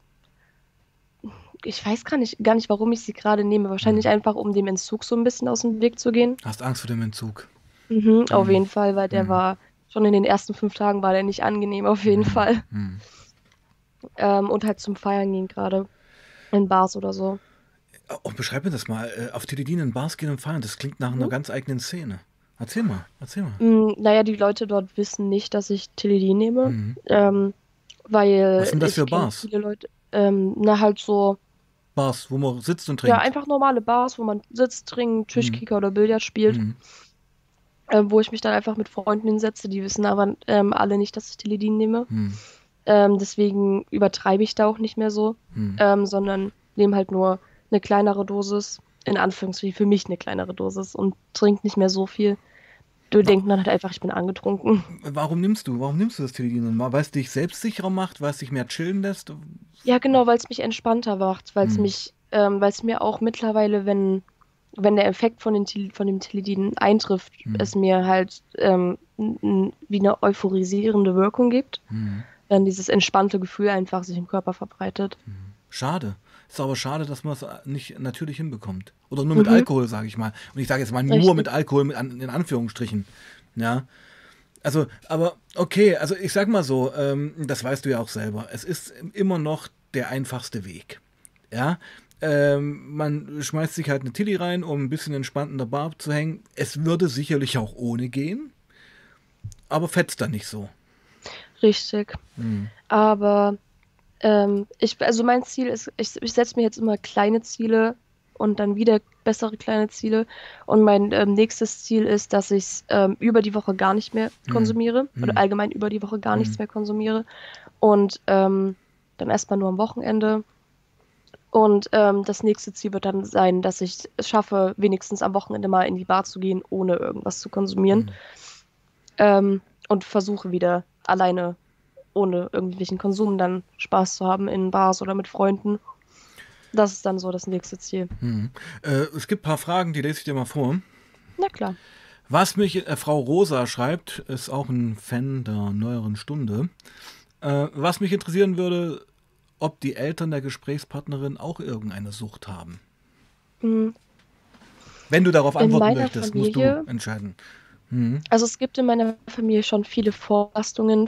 ich weiß gar nicht, warum ich sie gerade nehme. Wahrscheinlich Hm. einfach, um dem Entzug so ein bisschen aus dem Weg zu gehen. Hast Angst vor dem Entzug? Mhm, auf Hm. jeden Fall, weil der Hm. war schon in den ersten 5 Tagen war der nicht angenehm, auf jeden Hm. Fall. Hm. Und halt zum Feiern gehen gerade in Bars oder so. Oh, beschreib mir das mal. Auf Teledin in Bars gehen und feiern, das klingt nach einer Mhm. ganz eigenen Szene. Erzähl mal, erzähl mal. Naja, die Leute dort wissen nicht, dass ich Teledin nehme, Hm. Was weil sind das für ich kenne Bars? viele Leute, na halt so, Bars, wo man sitzt und ja, trinkt. einfach normale Bars, wo man sitzt, trinkt, Hm. Tischkicker oder Billard spielt, Hm. wo ich mich dann einfach mit Freunden hinsetze, die wissen aber alle nicht, dass ich Teledin nehme. Hm. Deswegen übertreibe ich da auch nicht mehr so, Hm. sondern nehme halt nur eine kleinere Dosis, in Anführungsstrichen für mich eine kleinere Dosis und trinke nicht mehr so viel. Du Wa denkst dann halt einfach, ich bin angetrunken. warum nimmst du das Teledin? Weil es dich selbstsicherer macht, weil es dich mehr chillen lässt? Ja, genau, weil es mich entspannter macht, Hm. weil es mir auch mittlerweile, wenn der Effekt von dem Tilidin eintrifft, Hm. es mir halt wie eine euphorisierende Wirkung gibt, Hm. wenn dieses entspannte Gefühl einfach sich im Körper verbreitet. Schade. Ist aber schade, dass man es nicht natürlich hinbekommt. Oder nur mit Mhm, Alkohol, sage ich mal. Und ich sage jetzt mal nur mit richtig. Alkohol, in Anführungsstrichen. Ja. Also, aber okay, also ich sag mal so, das weißt du ja auch selber. Es ist immer noch der einfachste Weg. Ja. Man schmeißt sich halt eine Tilly rein, um ein bisschen entspannt in der Bar zu hängen. Es würde sicherlich auch ohne gehen, aber fetzt dann nicht so. Richtig. Hm. Aber Also mein Ziel ist, ich setze mir jetzt immer kleine Ziele und dann wieder bessere kleine Ziele. Und mein nächstes Ziel ist, dass ich über die Woche gar nicht mehr Hm. konsumiere oder Hm. allgemein über die Woche gar Hm. nichts mehr konsumiere. Und dann erstmal nur am Wochenende. Und das nächste Ziel wird dann sein, dass ich es schaffe, wenigstens am Wochenende mal in die Bar zu gehen, ohne irgendwas zu konsumieren. Hm. Und versuche wieder alleine, ohne irgendwelchen Konsum, dann Spaß zu haben in Bars oder mit Freunden. Das ist dann so das nächste Ziel. Hm. Es gibt ein paar Fragen, die lese ich dir mal vor. Na klar. Was mich, Frau Rosa schreibt, ist auch ein Fan der neueren Stunde. Was mich interessieren würde, ob die Eltern der Gesprächspartnerin auch irgendeine Sucht haben. Mm, Wenn du darauf In antworten meiner möchtest, musst du Familie, entscheiden. Hm. also es gibt in meiner Familie schon viele Vorlastungen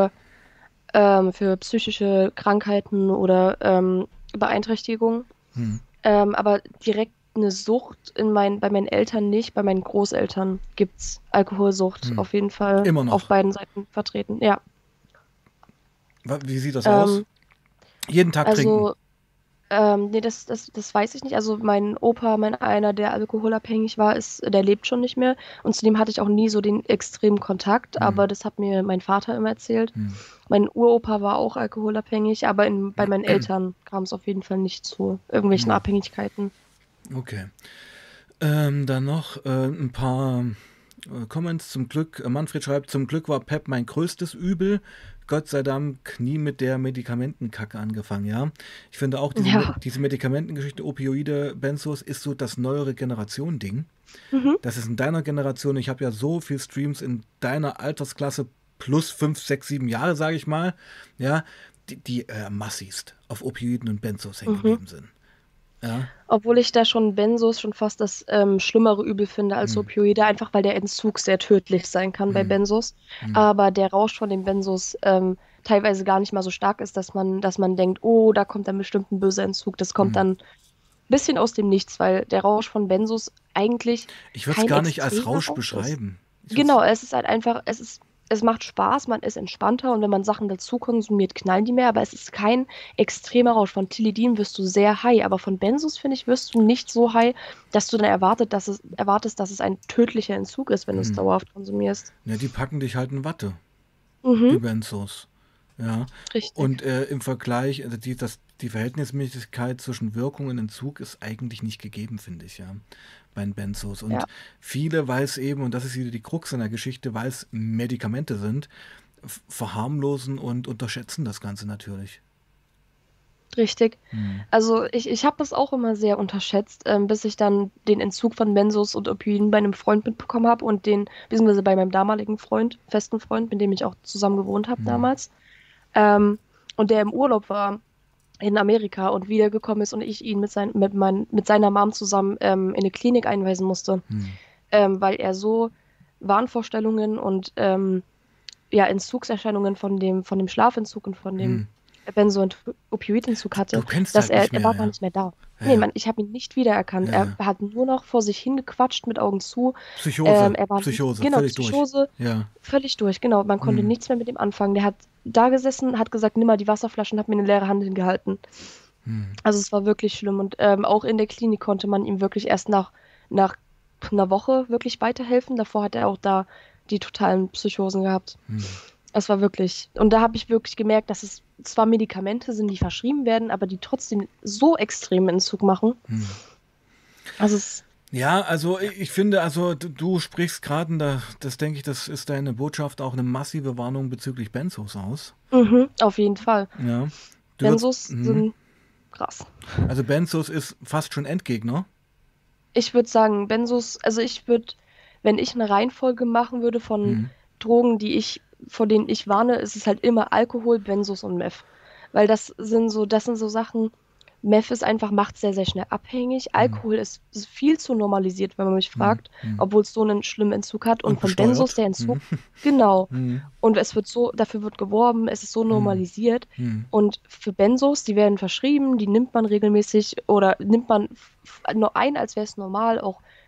für psychische Krankheiten oder Beeinträchtigungen. Hm. Aber direkt eine Sucht bei meinen Eltern nicht, bei meinen Großeltern gibt es Alkoholsucht Hm. auf jeden Fall Immer auf noch. beiden Seiten vertreten. Ja. Wie sieht das aus? Ähm, Jeden Tag trinken. also nee, das weiß ich nicht. Also mein Opa, einer, der alkoholabhängig war, der lebt schon nicht mehr. Und zu dem hatte ich auch nie so den extremen Kontakt, Hm. aber das hat mir mein Vater immer erzählt. Hm. Mein Uropa war auch alkoholabhängig, aber bei meinen Eltern kam es auf jeden Fall nicht zu irgendwelchen Hm. Abhängigkeiten. Okay. Dann noch ein paar Comments zum Glück. Manfred schreibt, zum Glück war Pep mein größtes Übel. Gott sei Dank nie mit der Medikamentenkacke angefangen, ja. Ich finde auch, Ja. diese Medikamentengeschichte, Opioide, Benzos, ist so das neuere Generation-Ding. Mhm. Das ist in deiner Generation, ich habe ja so viel Streams in deiner Altersklasse plus 5, 6, 7 Jahre, sage ich mal, ja, die massivst auf Opioiden und Benzos hängen Mhm. geblieben sind. Ja. Obwohl ich da schon Benzos schon fast das schlimmere Übel finde als Hm. Opioide, einfach weil der Entzug sehr tödlich sein kann bei Hm. Benzos. Hm. Aber der Rausch von den Benzos teilweise gar nicht mal so stark ist, dass man denkt, oh, da kommt dann bestimmt ein böser Entzug. Das kommt Hm. dann ein bisschen aus dem Nichts, weil der Rausch von Benzos eigentlich Ich würde es kein gar nicht als extremer Rausch Rausch ist. beschreiben. Genau, es ist halt einfach, es macht Spaß, man ist entspannter und wenn man Sachen dazu konsumiert, knallen die mehr, aber es ist kein extremer Rausch. Von Tilidin wirst du sehr high, aber von Benzos, finde ich, wirst du nicht so high, dass du dann erwartest, dass es ein tödlicher Entzug ist, wenn du es Hm. dauerhaft konsumierst. Ja, die packen dich halt in Watte, Mhm, die Benzos. Ja. richtig. Und im Vergleich, also die Verhältnismäßigkeit zwischen Wirkung und Entzug ist eigentlich nicht gegeben, finde ich, ja, bei den Benzos. Und Ja, viele, weil es eben, und das ist wieder die Krux in der Geschichte, weil es Medikamente sind, verharmlosen und unterschätzen das Ganze natürlich. richtig. Hm. Also ich habe das auch immer sehr unterschätzt, bis ich dann den Entzug von Benzos und Opioiden bei einem Freund mitbekommen habe und beziehungsweise bei meinem damaligen Freund, festen Freund, mit dem ich auch zusammen gewohnt habe Hm. damals. Ähm, und der im Urlaub war in Amerika und wiedergekommen ist und ich ihn mit seiner Mom zusammen in eine Klinik einweisen musste, Hm. weil er so Wahnvorstellungen und ja, Entzugserscheinungen von dem Schlafentzug und von dem Hm. Benzo- und Opioidentzug Du hatte, kennst dass halt nicht er mehr, war gar ja. nicht mehr da. Ja, Nee, ja. Mann, ich habe ihn nicht wiedererkannt. Ja, Er ja. hat nur noch vor sich hingequatscht mit Augen zu. Psychose, Er war, Psychose, genau, völlig durch. Psychose, Ja. völlig durch, genau. Man konnte Hm. nichts mehr mit ihm anfangen. Der hat da gesessen, hat gesagt, nimm mal die Wasserflasche und hat mir eine leere Hand hingehalten. Hm. Also es war wirklich schlimm. Und auch in der Klinik konnte man ihm wirklich erst nach einer Woche wirklich weiterhelfen. Davor hat er auch da die totalen Psychosen gehabt. Hm. Es war wirklich. Und da habe ich wirklich gemerkt, dass es zwar Medikamente sind, die verschrieben werden, aber die trotzdem so extremen Entzug machen. Hm. Also es. Ja, also ich finde, also du sprichst gerade, das denke ich, das ist deine Botschaft auch eine massive Warnung bezüglich Benzos aus. Mhm, auf jeden Fall. Ja. Du würdest, Benzos sind krass. also Benzos ist fast schon Endgegner. Ich würde sagen, Benzos, also wenn ich eine Reihenfolge machen würde von Hm. Drogen, vor denen ich warne, ist es halt immer Alkohol, Benzos und Meth. Weil das sind so Sachen, Meth ist einfach, macht sehr, sehr schnell abhängig. Hm. Alkohol ist viel zu normalisiert, wenn man mich Hm. fragt, Hm. obwohl es so einen schlimmen Entzug hat. Und Und von Benzos, besteuert. der Hm. Entzug, genau. Hm. Und dafür wird geworben, es ist so Hm. normalisiert. Hm. Und für Benzos, die werden verschrieben, die nimmt man regelmäßig oder nimmt man nur ein, als wäre es normal, auch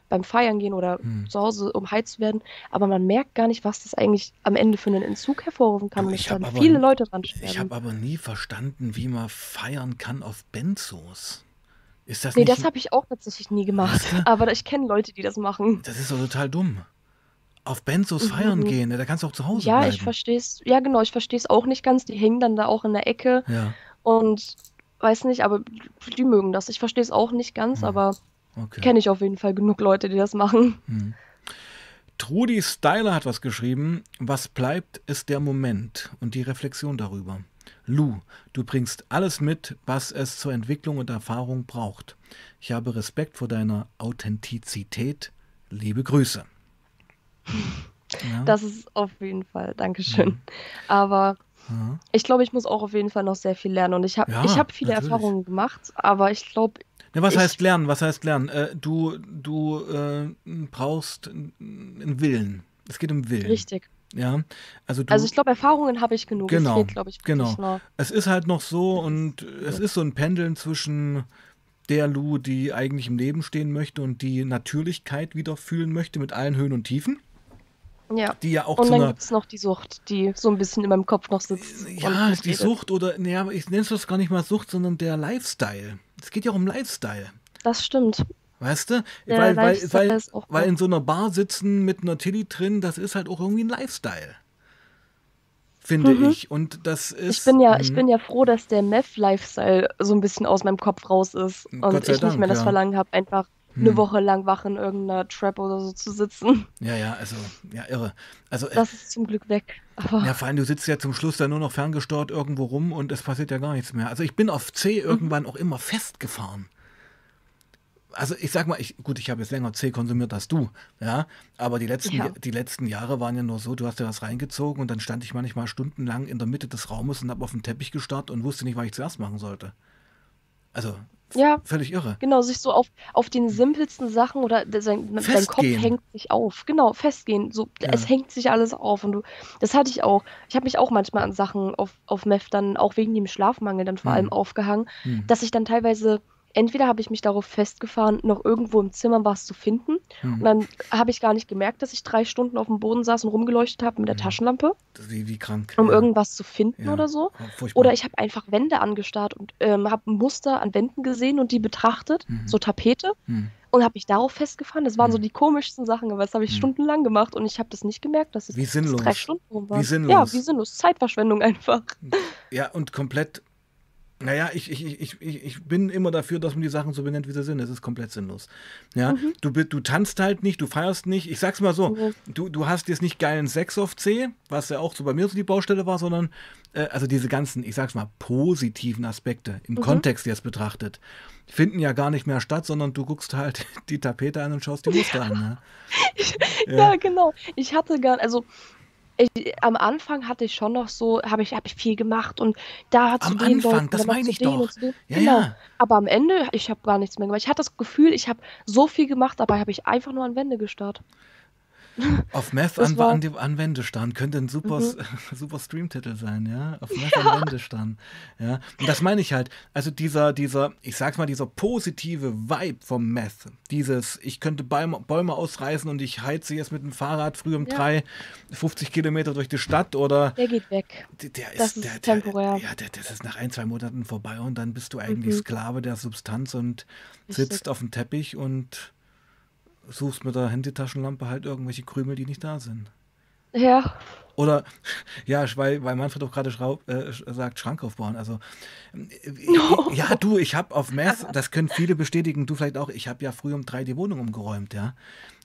beim Feiern gehen oder Hm. zu Hause, um high zu werden. Aber man merkt gar nicht, was das eigentlich am Ende für einen Entzug hervorrufen kann Du, und dass dann viele Leute dran ich sterben. habe aber nie verstanden, wie man feiern kann auf Benzos. Ist das Nee, nicht, das habe ich auch tatsächlich nie weißt gemacht. du, Aber ich kenne Leute, die das machen. das ist doch total dumm. Auf Benzos feiern Mhm. gehen, ne, da kannst du auch zu Hause Ja, ich bleiben. verstehe es. Ja, genau, ich verstehe es auch nicht ganz. Die hängen dann da auch in der Ecke Ja, und weiß nicht, aber die mögen das. Ich verstehe es auch nicht ganz, hm, aber okay. kenne ich auf jeden Fall genug Leute, die das machen. Hm. Trudi Styler hat was geschrieben. Was bleibt, ist der Moment und die Reflexion darüber. Lou, du bringst alles mit, was es zur Entwicklung und Erfahrung braucht. Ich habe Respekt vor deiner Authentizität. Liebe Grüße. Ja. Das ist auf jeden Fall, Dankeschön. Hm. Aber Ja. ich glaube, ich muss auch auf jeden Fall noch sehr viel lernen. Und ich Ja, hab viele natürlich. Erfahrungen gemacht, aber ich glaube, Ja, was heißt ich, lernen? Was heißt lernen? Du brauchst einen Willen. Es geht um Willen. richtig. Ja, also Also du, ich glaube, Erfahrungen habe ich genug. Es genau, fehlt, glaube ich, genau. wirklich noch Es ist halt noch so das und es Gefühl. ist so ein Pendeln zwischen der Lou, die eigentlich im Leben stehen möchte und die Natürlichkeit wieder fühlen möchte mit allen Höhen und Tiefen, Ja. die ja auch Und zu dann einer, gibt es noch die Sucht, die so ein bisschen in meinem Kopf noch sitzt und ja, die mitredet. Sucht oder, naja, ich nenne es das gar nicht mal Sucht, sondern der Lifestyle. Es geht ja auch um Lifestyle. Das stimmt. Weißt du? Der Lifestyle ist auch Weil wahr. in so einer Bar sitzen mit einer Tilly drin, das ist halt auch irgendwie ein Lifestyle, finde Mhm. ich. Und das Ich ist, bin ja, ich bin ja froh, dass der Meth-Lifestyle so ein bisschen aus meinem Kopf raus ist Gott und sei ich nicht mehr Dank, das ja. Verlangen habe, einfach eine Hm. Woche lang wach in irgendeiner Trap oder so zu sitzen. Ja, ja, also, ja, irre. Also, Das ist zum Glück weg. ja, Aber vor allem, du sitzt ja zum Schluss dann nur noch ferngesteuert irgendwo rum und es passiert ja gar nichts mehr. Also, ich bin auf C mhm. irgendwann auch immer festgefahren. Also ich sag mal, gut, ich habe jetzt länger C konsumiert als du, ja, aber Ja. die letzten Jahre waren ja nur so, du hast dir was reingezogen und dann stand ich manchmal stundenlang in der Mitte des Raumes und habe auf den Teppich gestarrt und wusste nicht, was ich zuerst machen sollte. Also Ja, völlig irre. genau, sich so auf den simpelsten Sachen oder dein Kopf Festgehen. hängt sich auf. Genau, festgehen. So, es Ja. hängt sich alles auf. Und das hatte ich auch. Ich habe mich auch manchmal an Sachen auf Meth dann, auch wegen dem Schlafmangel dann vor allem Hm. aufgehangen, Hm. dass ich dann teilweise, entweder habe ich mich darauf festgefahren, noch irgendwo im Zimmer was zu finden. Und Hm. dann habe ich gar nicht gemerkt, dass ich 3 Stunden auf dem Boden saß und rumgeleuchtet habe mit der Hm. Taschenlampe, Wie krank, um ja. irgendwas zu finden Ja. oder so. Oh, Oder furchtbar. ich habe einfach Wände angestarrt und habe ein Muster an Wänden gesehen und die betrachtet, Hm. so Tapete, Hm. und habe mich darauf festgefahren. Das waren so Hm. die komischsten Sachen, aber das habe ich Hm. stundenlang gemacht und ich habe das nicht gemerkt, dass Wie es drei sinnlos. Stunden rum Wie waren. Ja, wie sinnlos. sinnlos. Zeitverschwendung einfach. Ja, und komplett. Naja, ich bin immer dafür, dass man die Sachen so benennt, wie sie sind. Es ist komplett sinnlos. Ja, Mhm. du tanzt halt nicht, du feierst nicht. Ich sag's mal so, Nee. du hast jetzt nicht geilen Sex auf C, was ja auch so bei mir so die Baustelle war, sondern also diese ganzen, ich sag's mal, positiven Aspekte im Mhm. Kontext jetzt betrachtet, finden ja gar nicht mehr statt, sondern du guckst halt die Tapete an und schaust die Muster an. Ja, ja. Ja, genau. Ich hatte gar, also am Anfang hatte ich schon noch so, habe ich viel gemacht und da zu Am den Anfang, Leuten, das dann noch meine zu ich denen und doch. zu denen. Ja, Genau. ja. Aber am Ende, ich habe gar nichts mehr gemacht. Ich hatte das Gefühl, ich habe so viel gemacht, dabei habe ich einfach nur an Wände gestarrt. Auf Meth Das war, an Wände starren könnte ein super, mhm. super Streamtitel sein, ja. Auf Meth an Wände starren. Ja. Und das meine ich halt. Also ich sag's mal, dieser positive Vibe vom Meth. Dieses, ich könnte Bäume ausreißen und ich heize jetzt mit dem Fahrrad früh um Ja, 3 50 Kilometer durch die Stadt oder der geht weg. Das ist temporär. das ist nach 1, 2 Monaten vorbei und dann bist du eigentlich Mhm. Sklave der Substanz und sitzt Richtig. auf dem Teppich und suchst mit der Handytaschenlampe halt irgendwelche Krümel, die nicht da sind. Ja. Oder, ja, weil Manfred auch gerade sagt, Schrank aufbauen. Also, ja, du, ich habe auf Meth, das können viele bestätigen, du vielleicht auch, ich habe ja früh um 3 die Wohnung umgeräumt, ja.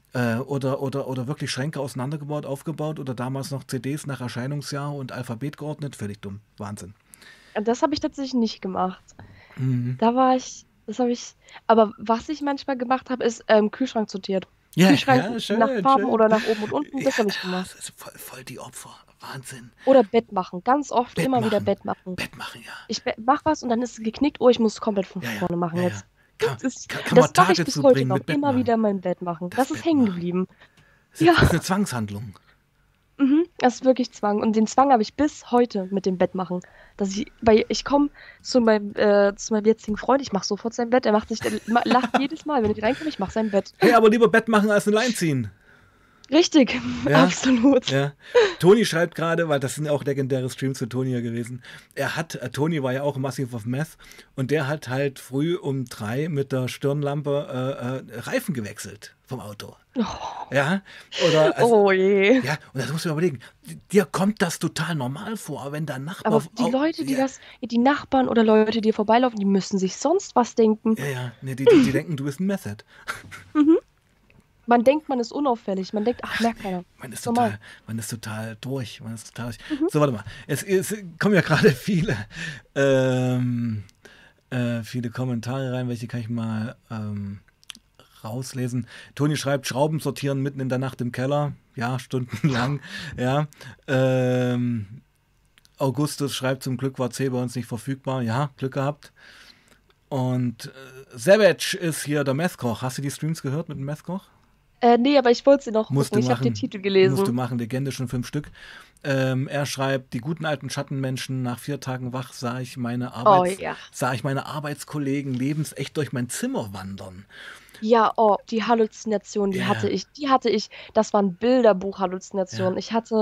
Oder wirklich Schränke auseinandergebaut, aufgebaut oder damals noch CDs nach Erscheinungsjahr und Alphabet geordnet. Völlig dumm. Wahnsinn. Das habe ich tatsächlich nicht gemacht. Mhm. Das habe ich, aber was ich manchmal gemacht habe, ist Kühlschrank sortiert. Ja, Kühlschrank ja, nach schön, Farben schön. oder nach oben und unten, Ja, das habe ich gemacht. das ist voll die Opfer. Wahnsinn. Oder Bett machen. Ganz oft Bett immer wieder machen. Bett machen. Bett machen, ja. Ich mach was und dann ist es geknickt. Oh, ich muss komplett von Ja, ja, vorne machen ja, ja. jetzt. Kann, kann man Das mache ich Tage bis heute zubringen noch. mit Bett Immer machen. wieder mein Bett machen. Das Das ist Bett hängen machen. geblieben. Das Ja. ist eine Zwangshandlung. Mhm. Das ist wirklich Zwang. Und den Zwang habe ich bis heute mit dem Bettmachen. Weil ich komme zu meinem jetzigen Freund, ich mache sofort sein Bett. Der lacht jedes Mal, wenn ich reinkomme, ich mache sein Bett. Hey, aber lieber Bett machen als eine Line ziehen. Richtig, Ja, absolut. ja. Toni schreibt gerade, weil das sind auch legendäre Streams zu Toni ja gewesen. Toni war ja auch massiv auf Meth und der hat halt früh um 3 mit der Stirnlampe Reifen gewechselt vom Auto. Oh, Ja, oder oh je. ja, und das musst du dir überlegen. Dir kommt das total normal vor, wenn dein Nachbar Aber die Leute, ja, die Nachbarn oder Leute, die vorbeilaufen, die müssen sich sonst was denken. ja, ne, die denken, du bist ein Method. Mhm. Man denkt, man ist unauffällig. Man denkt, ach, merkt keiner. Man ist Normal. total durch. Man ist total durch. Mhm. So, warte mal. Es kommen ja gerade viele Kommentare rein. Welche kann ich mal rauslesen? Toni schreibt, Schrauben sortieren mitten in der Nacht im Keller. Ja, stundenlang. Ja. Augustus schreibt, zum Glück war C bei uns nicht verfügbar. Ja, Glück gehabt. Und Savage ist hier der Methkoch. Hast du die Streams gehört mit dem Methkoch? Nee, aber ich wollte sie noch Musst gucken. du Ich habe den machen. Titel Musst du gelesen. machen. Legende schon 5 Stück. Er schreibt, die guten alten Schattenmenschen, nach 4 Tagen wach Oh ja. sah ich meine Arbeitskollegen lebensecht durch mein Zimmer wandern. Ja, oh, die Halluzination, die hatte Ja, ich. Die hatte ich. Das waren ja. Bilderbuch-Halluzinationen.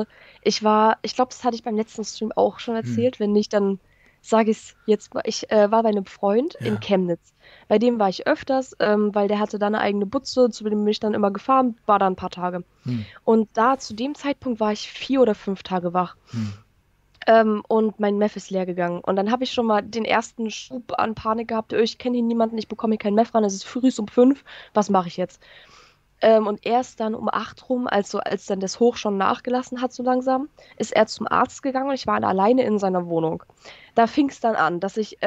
Das hatte ich beim letzten Stream auch schon Hm, erzählt. Wenn nicht, dann sage ich es jetzt mal. Ich war bei einem Freund in ja. Chemnitz. Bei dem war ich öfters, weil der hatte da eine eigene Butze, zu dem bin ich dann immer gefahren, war da ein paar Tage. Hm, Und da zu dem Zeitpunkt war ich 4 oder 5 Tage wach. hm, Und mein Meth ist leer gegangen. Und dann habe ich schon mal den ersten Schub an Panik gehabt. Ich kenne hier niemanden, ich bekomme hier kein Meth ran. Es ist früh um 5. Was mache ich jetzt? Und erst dann um 8 rum, als dann das Hoch schon nachgelassen hat, so langsam, ist er zum Arzt gegangen und ich war alleine in seiner Wohnung. Da fing es dann an,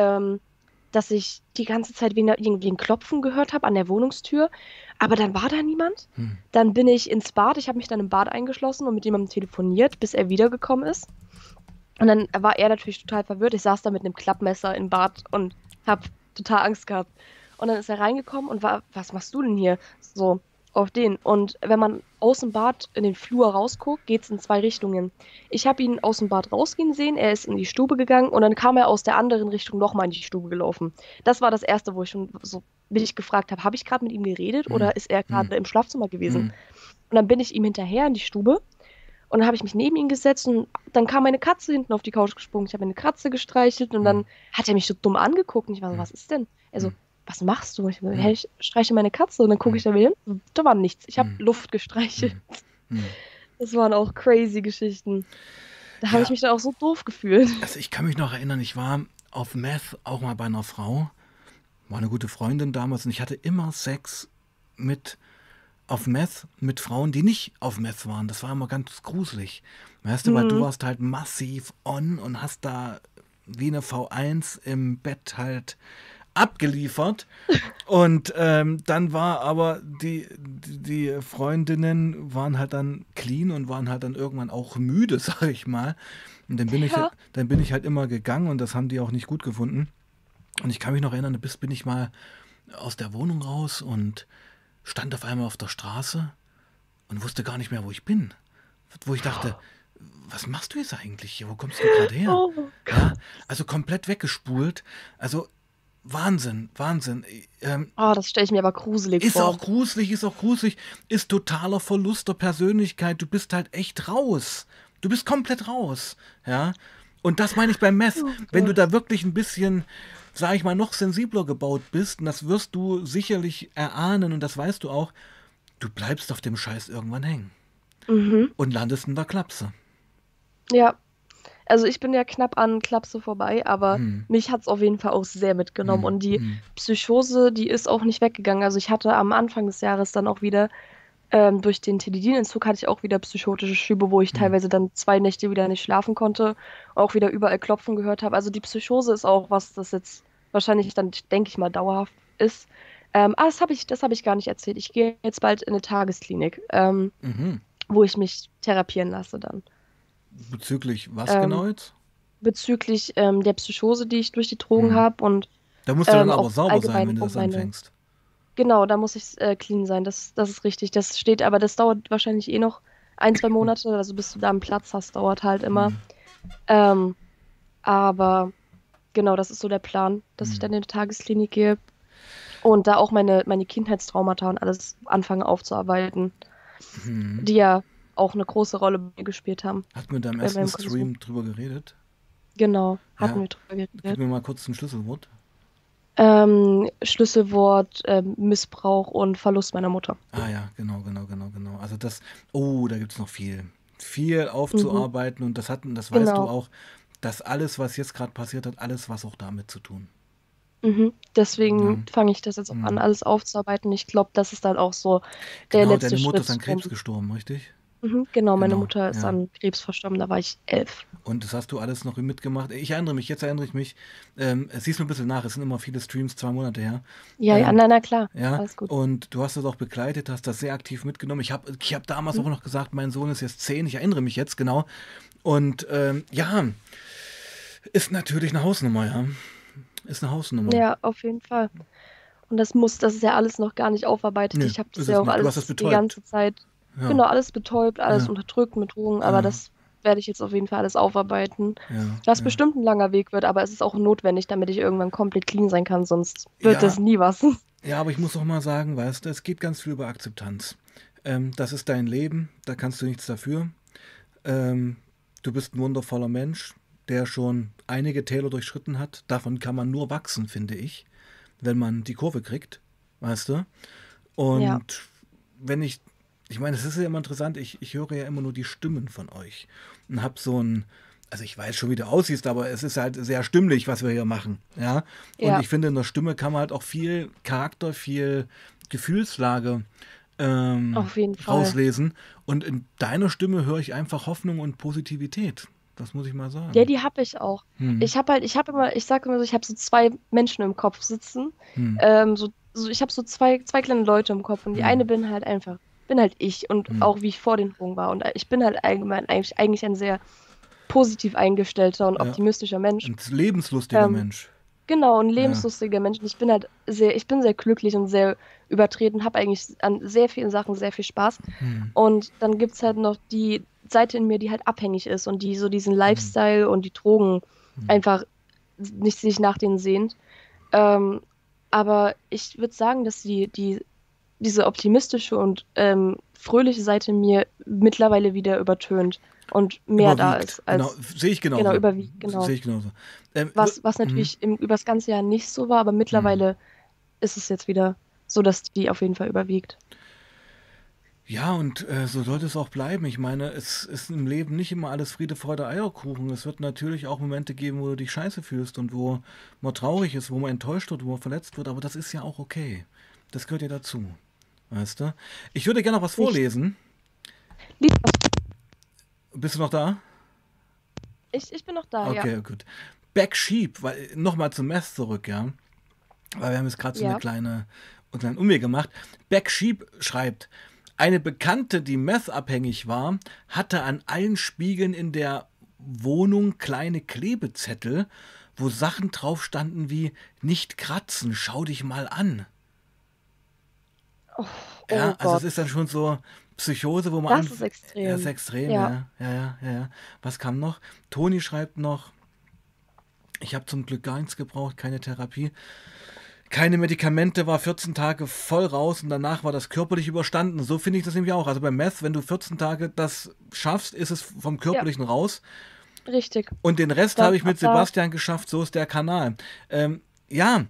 dass ich die ganze Zeit wieder irgendwie ein Klopfen gehört habe an der Wohnungstür. Aber dann war da niemand. hm, Dann bin ich ins Bad. Ich habe mich dann im Bad eingeschlossen und mit jemandem telefoniert, bis er wiedergekommen ist. Und dann war er natürlich total verwirrt. Ich saß da mit einem Klappmesser im Bad und hab total Angst gehabt. Und dann ist er reingekommen und war, was machst du denn hier? So, auf den. Und wenn man aus dem Bad in den Flur rausguckt, geht's in 2 Richtungen. Ich habe ihn aus dem Bad rausgehen sehen, er ist in die Stube gegangen und dann kam er aus der anderen Richtung nochmal in die Stube gelaufen. Das war das Erste, wo ich schon so mich gefragt habe, habe ich gerade mit ihm geredet hm, oder ist er hm, gerade im Schlafzimmer gewesen? hm, Und dann bin ich ihm hinterher in die Stube und dann habe ich mich neben ihn gesetzt und dann kam meine Katze hinten auf die Couch gesprungen. Ich habe eine Katze gestreichelt und hm, dann hat er mich so dumm angeguckt und ich war so, hm, was ist denn? Er so, hm, was machst du? Ich so, hm, hey, ich streiche meine Katze und dann gucke hm, ich da wieder hin. Da war nichts. Ich habe hm, Luft gestreichelt. hm, hm. Das waren auch crazy Geschichten. Da habe ich Ja, mich dann auch so doof gefühlt. also ich kann mich noch erinnern, ich war auf Meth auch mal bei einer Frau, war eine gute Freundin damals und ich hatte immer Sex mit auf Meth mit Frauen, die nicht auf Meth waren. Das war immer ganz gruselig. Weißt du, weil du Hm. warst halt massiv on und hast da wie eine V1 im Bett halt abgeliefert. Und dann war aber die Freundinnen waren halt dann clean und waren halt dann irgendwann auch müde, sag ich mal. Und Ja. dann bin ich halt immer gegangen und das haben die auch nicht gut gefunden. Und ich kann mich noch erinnern, bis bin ich mal aus der Wohnung raus und stand auf einmal auf der Straße und wusste gar nicht mehr, wo ich bin. Wo ich dachte, was machst du jetzt eigentlich hier? Wo kommst du gerade her? Oh Ja, Gott. also komplett weggespult. Also Wahnsinn, Wahnsinn. Oh, das stelle ich mir aber gruselig vor. Ist auch gruselig, ist totaler Verlust der Persönlichkeit. Du bist halt echt raus. Du bist komplett raus. Ja. Und das meine ich beim Meth. Oh Wenn du Gott. da wirklich ein bisschen, sag ich mal, noch sensibler gebaut bist, und das wirst du sicherlich erahnen und das weißt du auch, du bleibst auf dem Scheiß irgendwann hängen Mhm. und landest in der Klapse. Ja. Also ich bin ja knapp an Klapse vorbei, aber Hm, mich hat es auf jeden Fall auch sehr mitgenommen. hm, Und die hm, Psychose, die ist auch nicht weggegangen. Also ich hatte am Anfang des Jahres dann auch wieder, durch den Tilidin-Entzug hatte ich auch wieder psychotische Schübe, wo ich hm. teilweise dann 2 Nächte wieder nicht schlafen konnte, auch wieder überall Klopfen gehört habe. Also die Psychose ist auch was, das jetzt wahrscheinlich dann, denke ich mal, dauerhaft ist. Das hab ich gar nicht erzählt. Ich gehe jetzt bald in eine Tagesklinik, Mhm. wo ich mich therapieren lasse dann. Bezüglich was Ähm, genau jetzt? bezüglich der Psychose, die ich durch die Drogen Hm. habe und Da musst du dann auch aber sauber sein, allgemein wenn du um das meine. anfängst. Genau, da muss ich clean sein. Das ist richtig. Das steht, aber das dauert wahrscheinlich eh noch ein, 2 Monate, also bis du da einen Platz hast, dauert halt immer. Hm. Ähm, aber genau, das ist so der Plan, dass ich dann Hm. in die Tagesklinik gehe und da auch meine Kindheitstraumata und alles anfange aufzuarbeiten, Hm. die ja auch eine große Rolle bei mir gespielt haben, Hast du mit deinem bei ersten meinem Konsum. Stream drüber geredet? Genau, hatten Ja. wir drüber Gib geredet. mir mal kurz ein Schlüsselwort. Schlüsselwort, Missbrauch und Verlust meiner Mutter. Ah ja, genau, genau, genau, genau. Also das, oh, da gibt es noch viel. Viel Mhm, aufzuarbeiten und das weißt du genau. auch, dass alles, was jetzt gerade passiert hat, alles was auch damit zu tun. Mhm. Ja. Deswegen fange ich das jetzt auch an, Hm. alles aufzuarbeiten. Ich glaube, das ist dann auch so der Genau, letzte deine Mutter ist an Schritt, Krebs gestorben, richtig? genau, meine Genau, Mutter ist ja. an Krebs verstorben, da war ich 11. Und das hast du alles noch mitgemacht. Jetzt erinnere ich mich. Siehst mir ein bisschen nach, es sind immer viele Streams, 2 Monate her. Ja, ja, Ähm, na, na klar, ja, alles gut. und du hast das auch begleitet, hast das sehr aktiv mitgenommen. Ich hab damals Mhm. auch noch gesagt, mein Sohn ist jetzt 10, ich erinnere mich jetzt genau. Und ja, ist natürlich eine Hausnummer, ja. Ist eine Hausnummer. Ja, auf jeden Fall. Und das ist ja alles noch gar nicht aufarbeitet. Nö, Ich habe das ist ja es auch nicht. Du hast das alles die betäubt. ganze Zeit, Ja, genau, alles betäubt, alles ja, unterdrückt mit Drogen, aber ja, das werde ich jetzt auf jeden Fall alles aufarbeiten. ja, Was ja. bestimmt ein langer Weg wird, aber es ist auch notwendig, damit ich irgendwann komplett clean sein kann, sonst wird das Ja, nie was. ja, aber ich muss auch mal sagen, weißt du, es geht ganz viel über Akzeptanz. Das ist dein Leben, da kannst du nichts dafür. Ähm, Du bist ein wundervoller Mensch, der schon einige Täler durchschritten hat. Davon kann man nur wachsen, finde ich, wenn man die Kurve kriegt, weißt du? Ja, Und wenn ich meine, es ist ja immer interessant, ich höre ja immer nur die Stimmen von euch und habe so ein, also ich weiß schon, wie du aussiehst, aber es ist halt sehr stimmlich, was wir hier machen, ja. Und ja, ich finde, in der Stimme kann man halt auch viel Charakter, viel Gefühlslage auf jeden Fall. rauslesen. Und in deiner Stimme höre ich einfach Hoffnung und Positivität. Das muss ich mal Ja, sagen. die habe ich auch. Hm, Ich sage immer so, ich habe so zwei Menschen im Kopf sitzen. hm, Ich habe so zwei kleine Leute im Kopf und die hm, eine bin halt ich und hm. auch wie ich vor den Drogen war. Und ich bin halt allgemein eigentlich ein sehr positiv eingestellter und Ja, optimistischer Mensch. ein lebenslustiger Ähm, Mensch. genau, ein Ja. lebenslustiger Mensch. Und ich bin sehr glücklich und sehr übertreten, habe eigentlich an sehr vielen Sachen sehr viel Spaß. Hm, Und dann gibt es halt noch die Seite in mir, die halt abhängig ist und die so diesen hm, Lifestyle und die Drogen hm. einfach nicht sich nach denen sehnt. Ähm, aber ich würde sagen, dass diese optimistische und fröhliche Seite in mir mittlerweile wieder übertönt und mehr da Überwiegt. ist Genau, als sehe ich genau genauso. überwiegt, genau. Sehe ich genauso. Was natürlich über das ganze Jahr nicht so war, aber Hm. mittlerweile ist es jetzt wieder so, dass die auf jeden Fall überwiegt. Ja, und so sollte es auch bleiben. Ich meine, es ist im Leben nicht immer alles Friede, Freude, Eierkuchen. Es wird natürlich auch Momente geben, wo du dich scheiße fühlst und wo man traurig ist, wo man enttäuscht wird, wo man verletzt wird. Aber das ist ja auch okay. Das gehört ja dazu. Weißt du? Ich würde gerne noch was Nicht. vorlesen. Lieb, Bist du noch da? ich bin noch da, ja. Okay, gut. Back Sheep, weil nochmal zum Mess zurück, ja. Weil wir haben jetzt gerade so Ja. einen kleinen Umweg gemacht. Back Sheep schreibt, eine Bekannte, die meth-abhängig war, hatte an allen Spiegeln in der Wohnung kleine Klebezettel, wo Sachen drauf standen wie nicht kratzen, schau dich mal an. Oh, Ja, oh also es Gott. ist dann schon so Psychose, wo man Das an. ist Ja, ist extrem. extrem, Ja. ja, ja, ja, ja, ja. Was kam noch? Toni schreibt noch, ich habe zum Glück gar nichts gebraucht, keine Therapie. Keine Medikamente, war 14 Tage voll raus und danach war das körperlich überstanden. So finde ich das nämlich auch. Also beim Meth, wenn du 14 Tage das schaffst, ist es vom Ja, Körperlichen raus. richtig. Und den Rest habe Dann ich ab mit da, Sebastian geschafft, so ist der Kanal. Ja,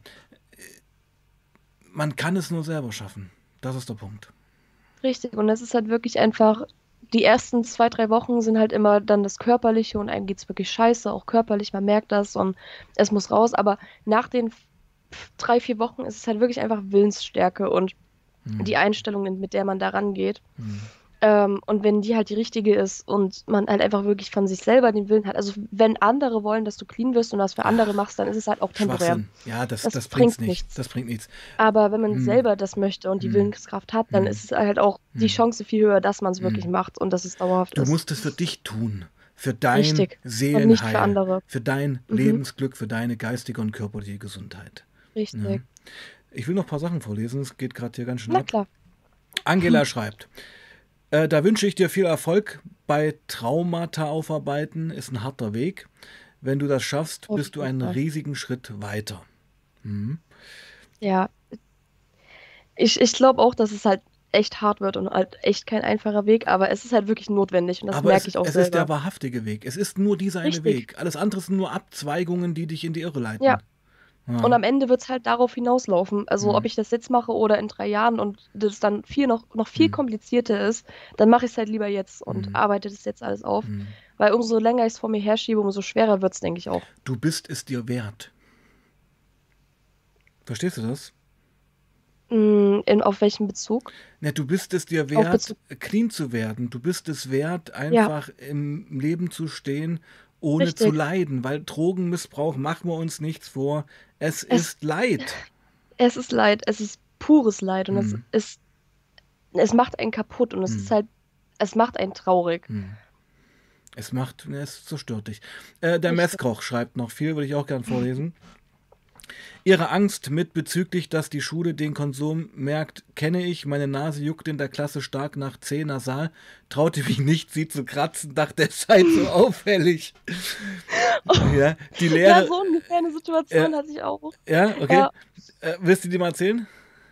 man kann es nur selber schaffen. Das ist der Punkt. richtig. Und es ist halt wirklich einfach, die ersten 2, 3 Wochen sind halt immer dann das Körperliche und einem geht's wirklich scheiße, auch körperlich, man merkt das und es muss raus. Aber nach den 3, 4 Wochen ist es halt wirklich einfach Willensstärke und Hm, die Einstellung, mit der man da rangeht. hm. Und wenn die halt die richtige ist und man halt einfach wirklich von sich selber den Willen hat, also wenn andere wollen, dass du clean wirst und das für andere Ach, machst, dann ist es halt auch temporär. Schwachsinn. Ja, Das das bringt's bringt nicht. nichts. Das bringt nichts. Aber wenn man Hm, selber das möchte und die hm, Willenskraft hat, dann hm, ist es halt auch die hm, Chance viel höher, dass man es wirklich hm. macht und dass es dauerhaft Du ist. musst es für dich tun. Für dein Richtig. Und nicht für Seelenheil. andere. Für dein Mhm. Lebensglück, für deine geistige und körperliche Gesundheit. Ja. Richtig. Ich will noch ein paar Sachen vorlesen, es geht gerade hier ganz schön Na ab. klar. Angela schreibt, Da wünsche ich dir viel Erfolg bei Traumata aufarbeiten. Ist ein harter Weg. Wenn du das schaffst, Auf bist du jeden einen Fall. riesigen Schritt weiter. Mhm. Ja, ich glaube auch, dass es halt echt hart wird und halt echt kein einfacher Weg, aber es ist halt wirklich notwendig und das Aber merke ich auch es ist der selber. wahrhaftige Weg. Es ist nur dieser eine Richtig. Weg. Alles andere sind nur Abzweigungen, die dich in die Irre Ja. leiten. Und Ja. am Ende wird es halt darauf hinauslaufen. Also ob Mhm. ich das jetzt mache oder in 3 Jahren und das dann noch viel Mhm. komplizierter ist, dann mache ich es halt lieber jetzt und Mhm. arbeite das jetzt alles auf. Mhm. Weil umso länger ich es vor mir herschiebe, umso schwerer wird es, denke ich auch. Du bist es dir wert. Verstehst du das? Auf welchen Bezug? Ne, du bist es dir Auf wert, Bezug. clean zu werden. Du bist es wert, Ja, einfach im Leben zu stehen, ohne zu richtig. leiden. Weil Drogenmissbrauch, machen wir uns nichts vor, es Es, ist Leid. es ist Leid, es ist pures Leid und Hm, es macht einen kaputt und hm, es macht einen traurig. hm. Es zerstört dich. Der Richtig. Messkoch schreibt noch viel, würde ich auch gern vorlesen. Ihre Angst mit bezüglich, dass die Schule den Konsum merkt, kenne ich. Meine Nase juckt in der Klasse stark nach C nasal. Traute mich nicht, sie zu kratzen, dachte, es sei zu auffällig. Ja, die Ja, Lehre. so ungefähr eine Äh, Situation hatte ich auch. ja, okay. Ja. Willst du die mal erzählen?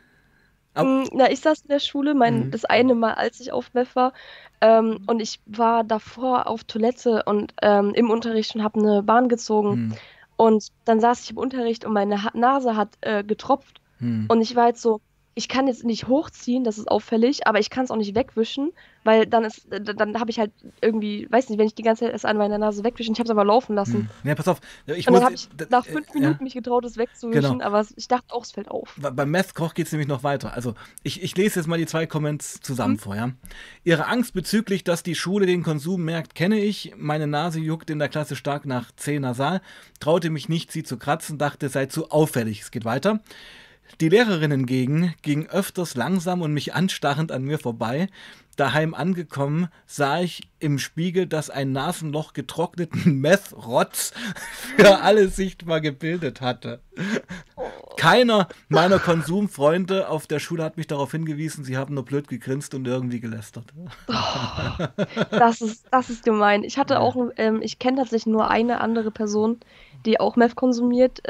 Ab, Na, ich saß in der Schule, mhm, das eine Mal, als ich auf MEF war, und ich war davor auf Toilette und im Unterricht und habe eine Bahn gezogen. hm, Und dann saß ich im Unterricht und meine Nase hat getropft. hm. Und ich war jetzt so, ich kann jetzt nicht hochziehen, das ist auffällig, aber ich kann es auch nicht wegwischen, weil dann habe ich halt irgendwie, weiß nicht, wenn ich die ganze Zeit es an meiner Nase wegwische, ich habe es aber laufen lassen. Ja, pass auf. Ich Und muss. dann habe ich nach 5 Minuten Ja, mich getraut, es genau. wegzuwischen, aber ich dachte auch, es fällt auf. Beim Meth-Koch geht es nämlich noch weiter. Also, ich lese jetzt mal die zwei Comments Hm? zusammen vor, ja. Ihre Angst bezüglich, dass die Schule den Konsum merkt, kenne ich. Meine Nase juckt in der Klasse stark nach C nasal. Traute mich nicht, sie zu kratzen, dachte, es sei zu auffällig. Es geht weiter. Die Lehrerin hingegen ging öfters langsam und mich anstarrend an mir vorbei. Daheim angekommen, sah ich im Spiegel, dass ein Nasenloch getrockneten Meth-Rotz für alle sichtbar gebildet hatte. Oh. Keiner meiner Konsumfreunde auf der Schule hat mich darauf hingewiesen, sie haben nur blöd gegrinst und irgendwie gelästert. Oh, das ist gemein. Ja. Ich kenne tatsächlich nur eine andere Person, die auch Meth konsumiert.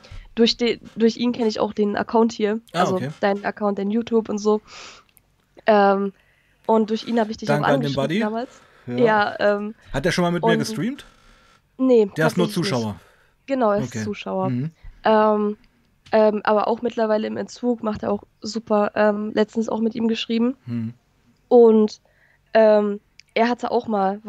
Durch ihn kenne ich auch den Account hier, Ah, also okay. deinen Account in YouTube und so. Ähm, und durch ihn habe ich dich auch Danke an den angeschrieben Buddy. damals. Ja. Ja, Hat der schon mal mit mir und gestreamt? nee, Der ist nur tatsächlich nicht. Zuschauer. Genau, er ist Okay. Zuschauer. Mhm. Ähm, aber auch mittlerweile im Entzug macht er auch super. Letztens auch mit ihm geschrieben. Mhm. Und ähm, er hatte auch mal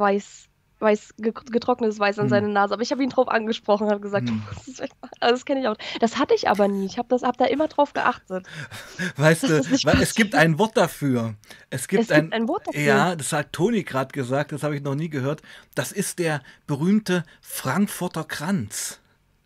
getrocknetes Weiß an Mhm. seine Nase. Aber ich habe ihn drauf angesprochen und habe gesagt, du Mhm. musst es wegmachen. Also das kenne ich auch. Das hatte ich aber nie. Ich hab da immer drauf geachtet, Weißt dass du, das nicht weil es gibt passiert. ein Wort dafür. Es gibt Es gibt ein, ein Wort dafür. ja, das hat Toni gerade gesagt, das habe ich noch nie gehört. Das ist der berühmte Frankfurter Kranz.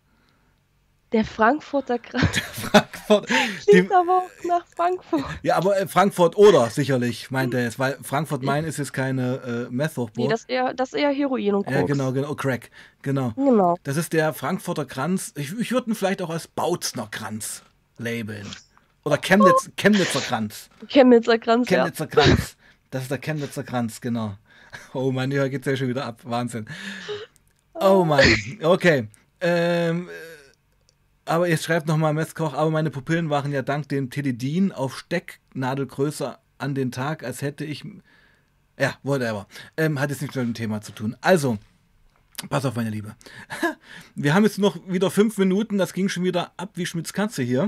Der Frankfurter Kranz Frankfurt, die, klingt aber auch nach Frankfurt. ja, aber Frankfurt oder sicherlich, meint er jetzt, weil Frankfurt Main ist jetzt keine Nee, Meth-Hochburg. das ist eher Heroin und Ja, genau, Koks. genau, oh, Crack, genau. Genau. Das ist der Frankfurter Kranz. Ich würde ihn vielleicht auch als Bautzner Kranz labeln. Oder Chemnitzer Kranz. Chemnitzer Kranz, ja. Chemnitzer Kranz. Das ist der Chemnitzer Kranz, genau. Oh Mann, hier geht's ja schon wieder ab. Wahnsinn. Oh Mann, okay. Aber jetzt schreibt nochmal Messkoch, aber meine Pupillen waren ja dank dem Tilidin auf Stecknadelgröße an den Tag, als hätte ich. Ja, whatever. Hat jetzt nichts mit dem Thema zu tun. Also, pass auf, meine Liebe. Wir haben jetzt noch wieder 5 Minuten, das ging schon wieder ab wie Schmitz Katze hier.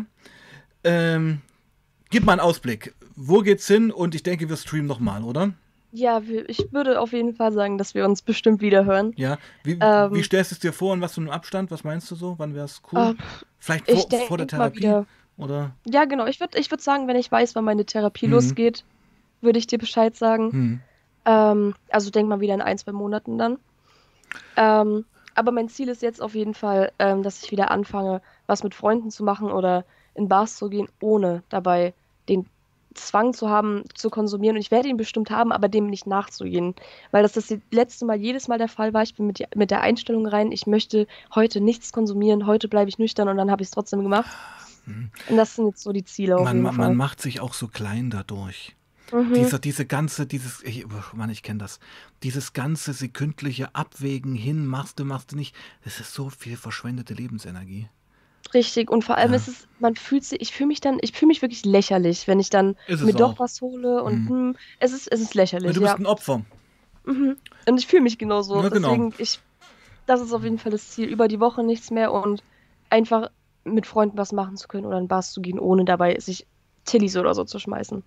Gib mal einen Ausblick. Wo geht's hin? Und ich denke, wir streamen nochmal, oder? Ja, ich würde auf jeden Fall sagen, dass wir uns bestimmt wieder hören. Ja. Wie Ähm, stellst du es dir vor und was für einen Abstand? Was meinst du so? Wann wäre es cool? äh, Vielleicht Ich vor der denke mal Therapie? wieder. Oder? Ja, genau. Ich würd sagen, wenn ich weiß, wann meine Therapie Hm, losgeht, würde ich dir Bescheid sagen. hm. Also denk mal wieder in 1, 2 Monaten dann. Aber mein Ziel ist jetzt auf jeden Fall, dass ich wieder anfange, was mit Freunden zu machen oder in Bars zu gehen, ohne dabei den Zwang zu haben, zu konsumieren. Und ich werde ihn bestimmt haben, aber dem nicht nachzugehen. Weil das letzte Mal jedes Mal der Fall war. Ich bin mit der Einstellung rein, ich möchte heute nichts konsumieren, heute bleibe ich nüchtern und dann habe ich es trotzdem gemacht. Und das sind jetzt so die Ziele auf jeden Man Fall. macht sich auch so klein dadurch. Mhm. Mann, ich kenne das. Dieses ganze sekündliche Abwägen hin, machst du nicht. Das ist so viel verschwendete Lebensenergie. Richtig. Und vor allem Ja, ist es, ich fühle mich wirklich lächerlich, wenn ich dann ist es mir doch auch. was hole und Hm. es ist Weil lächerlich, du bist ja. ein Opfer. Mhm. Und ich fühle mich genauso. Ja, genau. Deswegen, das ist auf jeden Fall das Ziel, über die Woche nichts mehr und einfach mit Freunden was machen zu können oder in den Bars zu gehen, ohne dabei sich Tillis oder so zu schmeißen.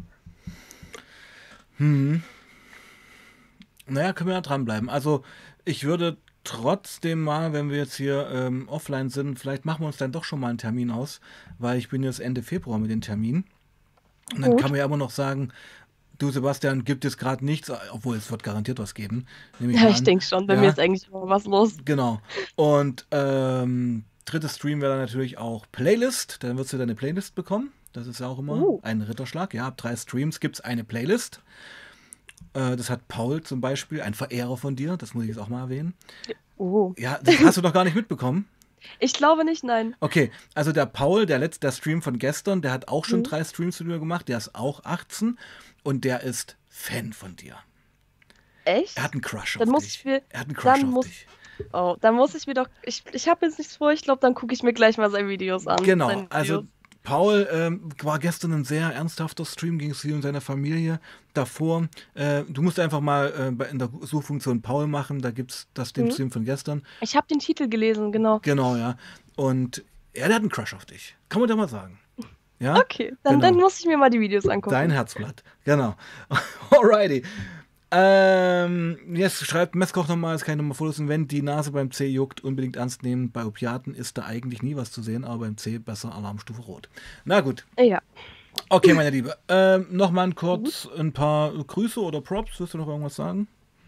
Hm. Naja, können wir ja dranbleiben. Also, ich würde trotzdem mal, wenn wir jetzt hier offline sind, vielleicht machen wir uns dann doch schon mal einen Termin aus, weil ich bin jetzt Ende Februar mit den Terminen. Und dann kann Gut. man ja immer noch sagen, du Sebastian, gibt es gerade nichts, obwohl es wird garantiert was geben, nehme ich Ja, mal ich an. denke schon. Bei mir Ja, ist eigentlich immer was los. genau. Und drittes Stream wäre dann natürlich auch Playlist. Dann wirst du deine Playlist bekommen. Das ist ja auch immer Uh, ein Ritterschlag. Ja, ab 3 Streams gibt es eine Playlist. Das hat Paul zum Beispiel, ein Verehrer von dir, das muss ich jetzt auch mal erwähnen. uh. Ja, das hast du noch gar nicht mitbekommen. Ich glaube nicht, nein. Okay, also der Paul, der Stream von gestern, der hat auch schon Hm? 3 Streams zu dir gemacht, der ist auch 18 und der ist Fan von dir. Er hat Echt? einen Crush Dann auf muss ich dich. mir, Er hat einen Crush dann auf muss, dich. oh, dann muss ich mir doch, ich habe jetzt nichts vor. Ich glaube, dann gucke ich mir gleich mal seine Videos an. Genau, Seine also Videos. Paul war gestern ein sehr ernsthafter Stream, ging es hier um seine Familie. Davor, du musst einfach mal in der Suchfunktion Paul machen, da gibt es den Hm? Stream von gestern. Ich habe den Titel gelesen, genau. Genau, ja. Und er, der hat einen Crush auf dich. Kann man da mal sagen. Ja, Okay, dann genau. muss ich mir mal die Videos Dein angucken. Herzblatt. Genau. Alrighty. Jetzt schreibt Messkoch nochmal, es kann ich nochmal vorlesen, wenn die Nase beim C juckt, unbedingt ernst nehmen. Bei Opiaten ist da eigentlich nie was zu sehen, aber beim C besser Alarmstufe Rot. Na gut. Ja, Okay, meine Liebe. Nochmal gut. kurz ein paar Grüße oder Props. Willst du noch irgendwas sagen?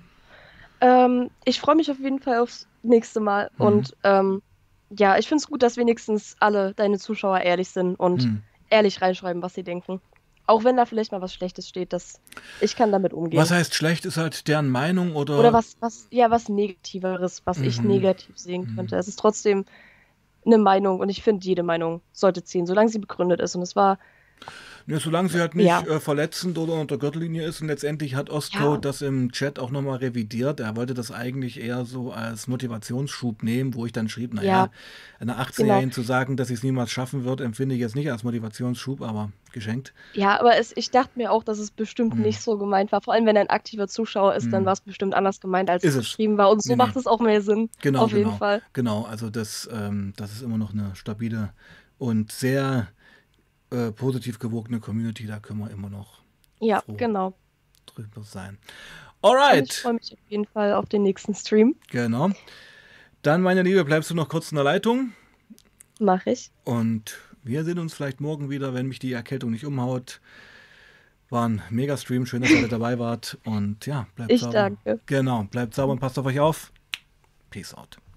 Ich freue mich auf jeden Fall aufs nächste Mal Hm. und ja, ich finde es gut, dass wenigstens alle deine Zuschauer ehrlich sind und Hm. ehrlich reinschreiben, was sie denken. Auch wenn da vielleicht mal was Schlechtes steht, ich kann damit Was umgehen. heißt schlecht? Ist halt deren Meinung Oder oder. ja, was Negativeres, was ich Mhm. negativ sehen Mhm. könnte. Es ist trotzdem eine Meinung und ich finde, jede Meinung sollte ziehen, solange sie begründet ist. Und es war, Ja, solange sie halt nicht ja, verletzend oder unter Gürtellinie ist. Und letztendlich hat Ostcode ja, das im Chat auch nochmal revidiert. Er wollte das eigentlich eher so als Motivationsschub nehmen, wo ich dann schrieb, naja, ja, einer genau. 18-Jährigen zu sagen, dass sie es niemals schaffen wird, empfinde ich jetzt nicht als Motivationsschub, aber geschenkt. Ja, aber ich dachte mir auch, dass es bestimmt Hm. nicht so gemeint war. Vor allem, wenn er ein aktiver Zuschauer ist, dann Hm. war es bestimmt anders gemeint, als Ist es es. geschrieben war. Und so Nee, nee. macht es auch mehr Sinn. Genau, Auf jeden genau. Fall. Genau. Also das ist immer noch eine stabile und sehr positiv gewogene Community. Da können wir immer noch Ja, froh genau. drüber sein. Und ich Alright. freue mich auf jeden Fall auf den nächsten Stream. Genau. Dann, meine Liebe, bleibst du noch kurz in der Leitung. Mache ich. Und wir sehen uns vielleicht morgen wieder, wenn mich die Erkältung nicht umhaut. War ein Mega-Stream. Schön, dass ihr alle dabei wart. Und ja, bleibt Ich sauber. danke. Genau, bleibt sauber und passt auf euch auf. Peace out.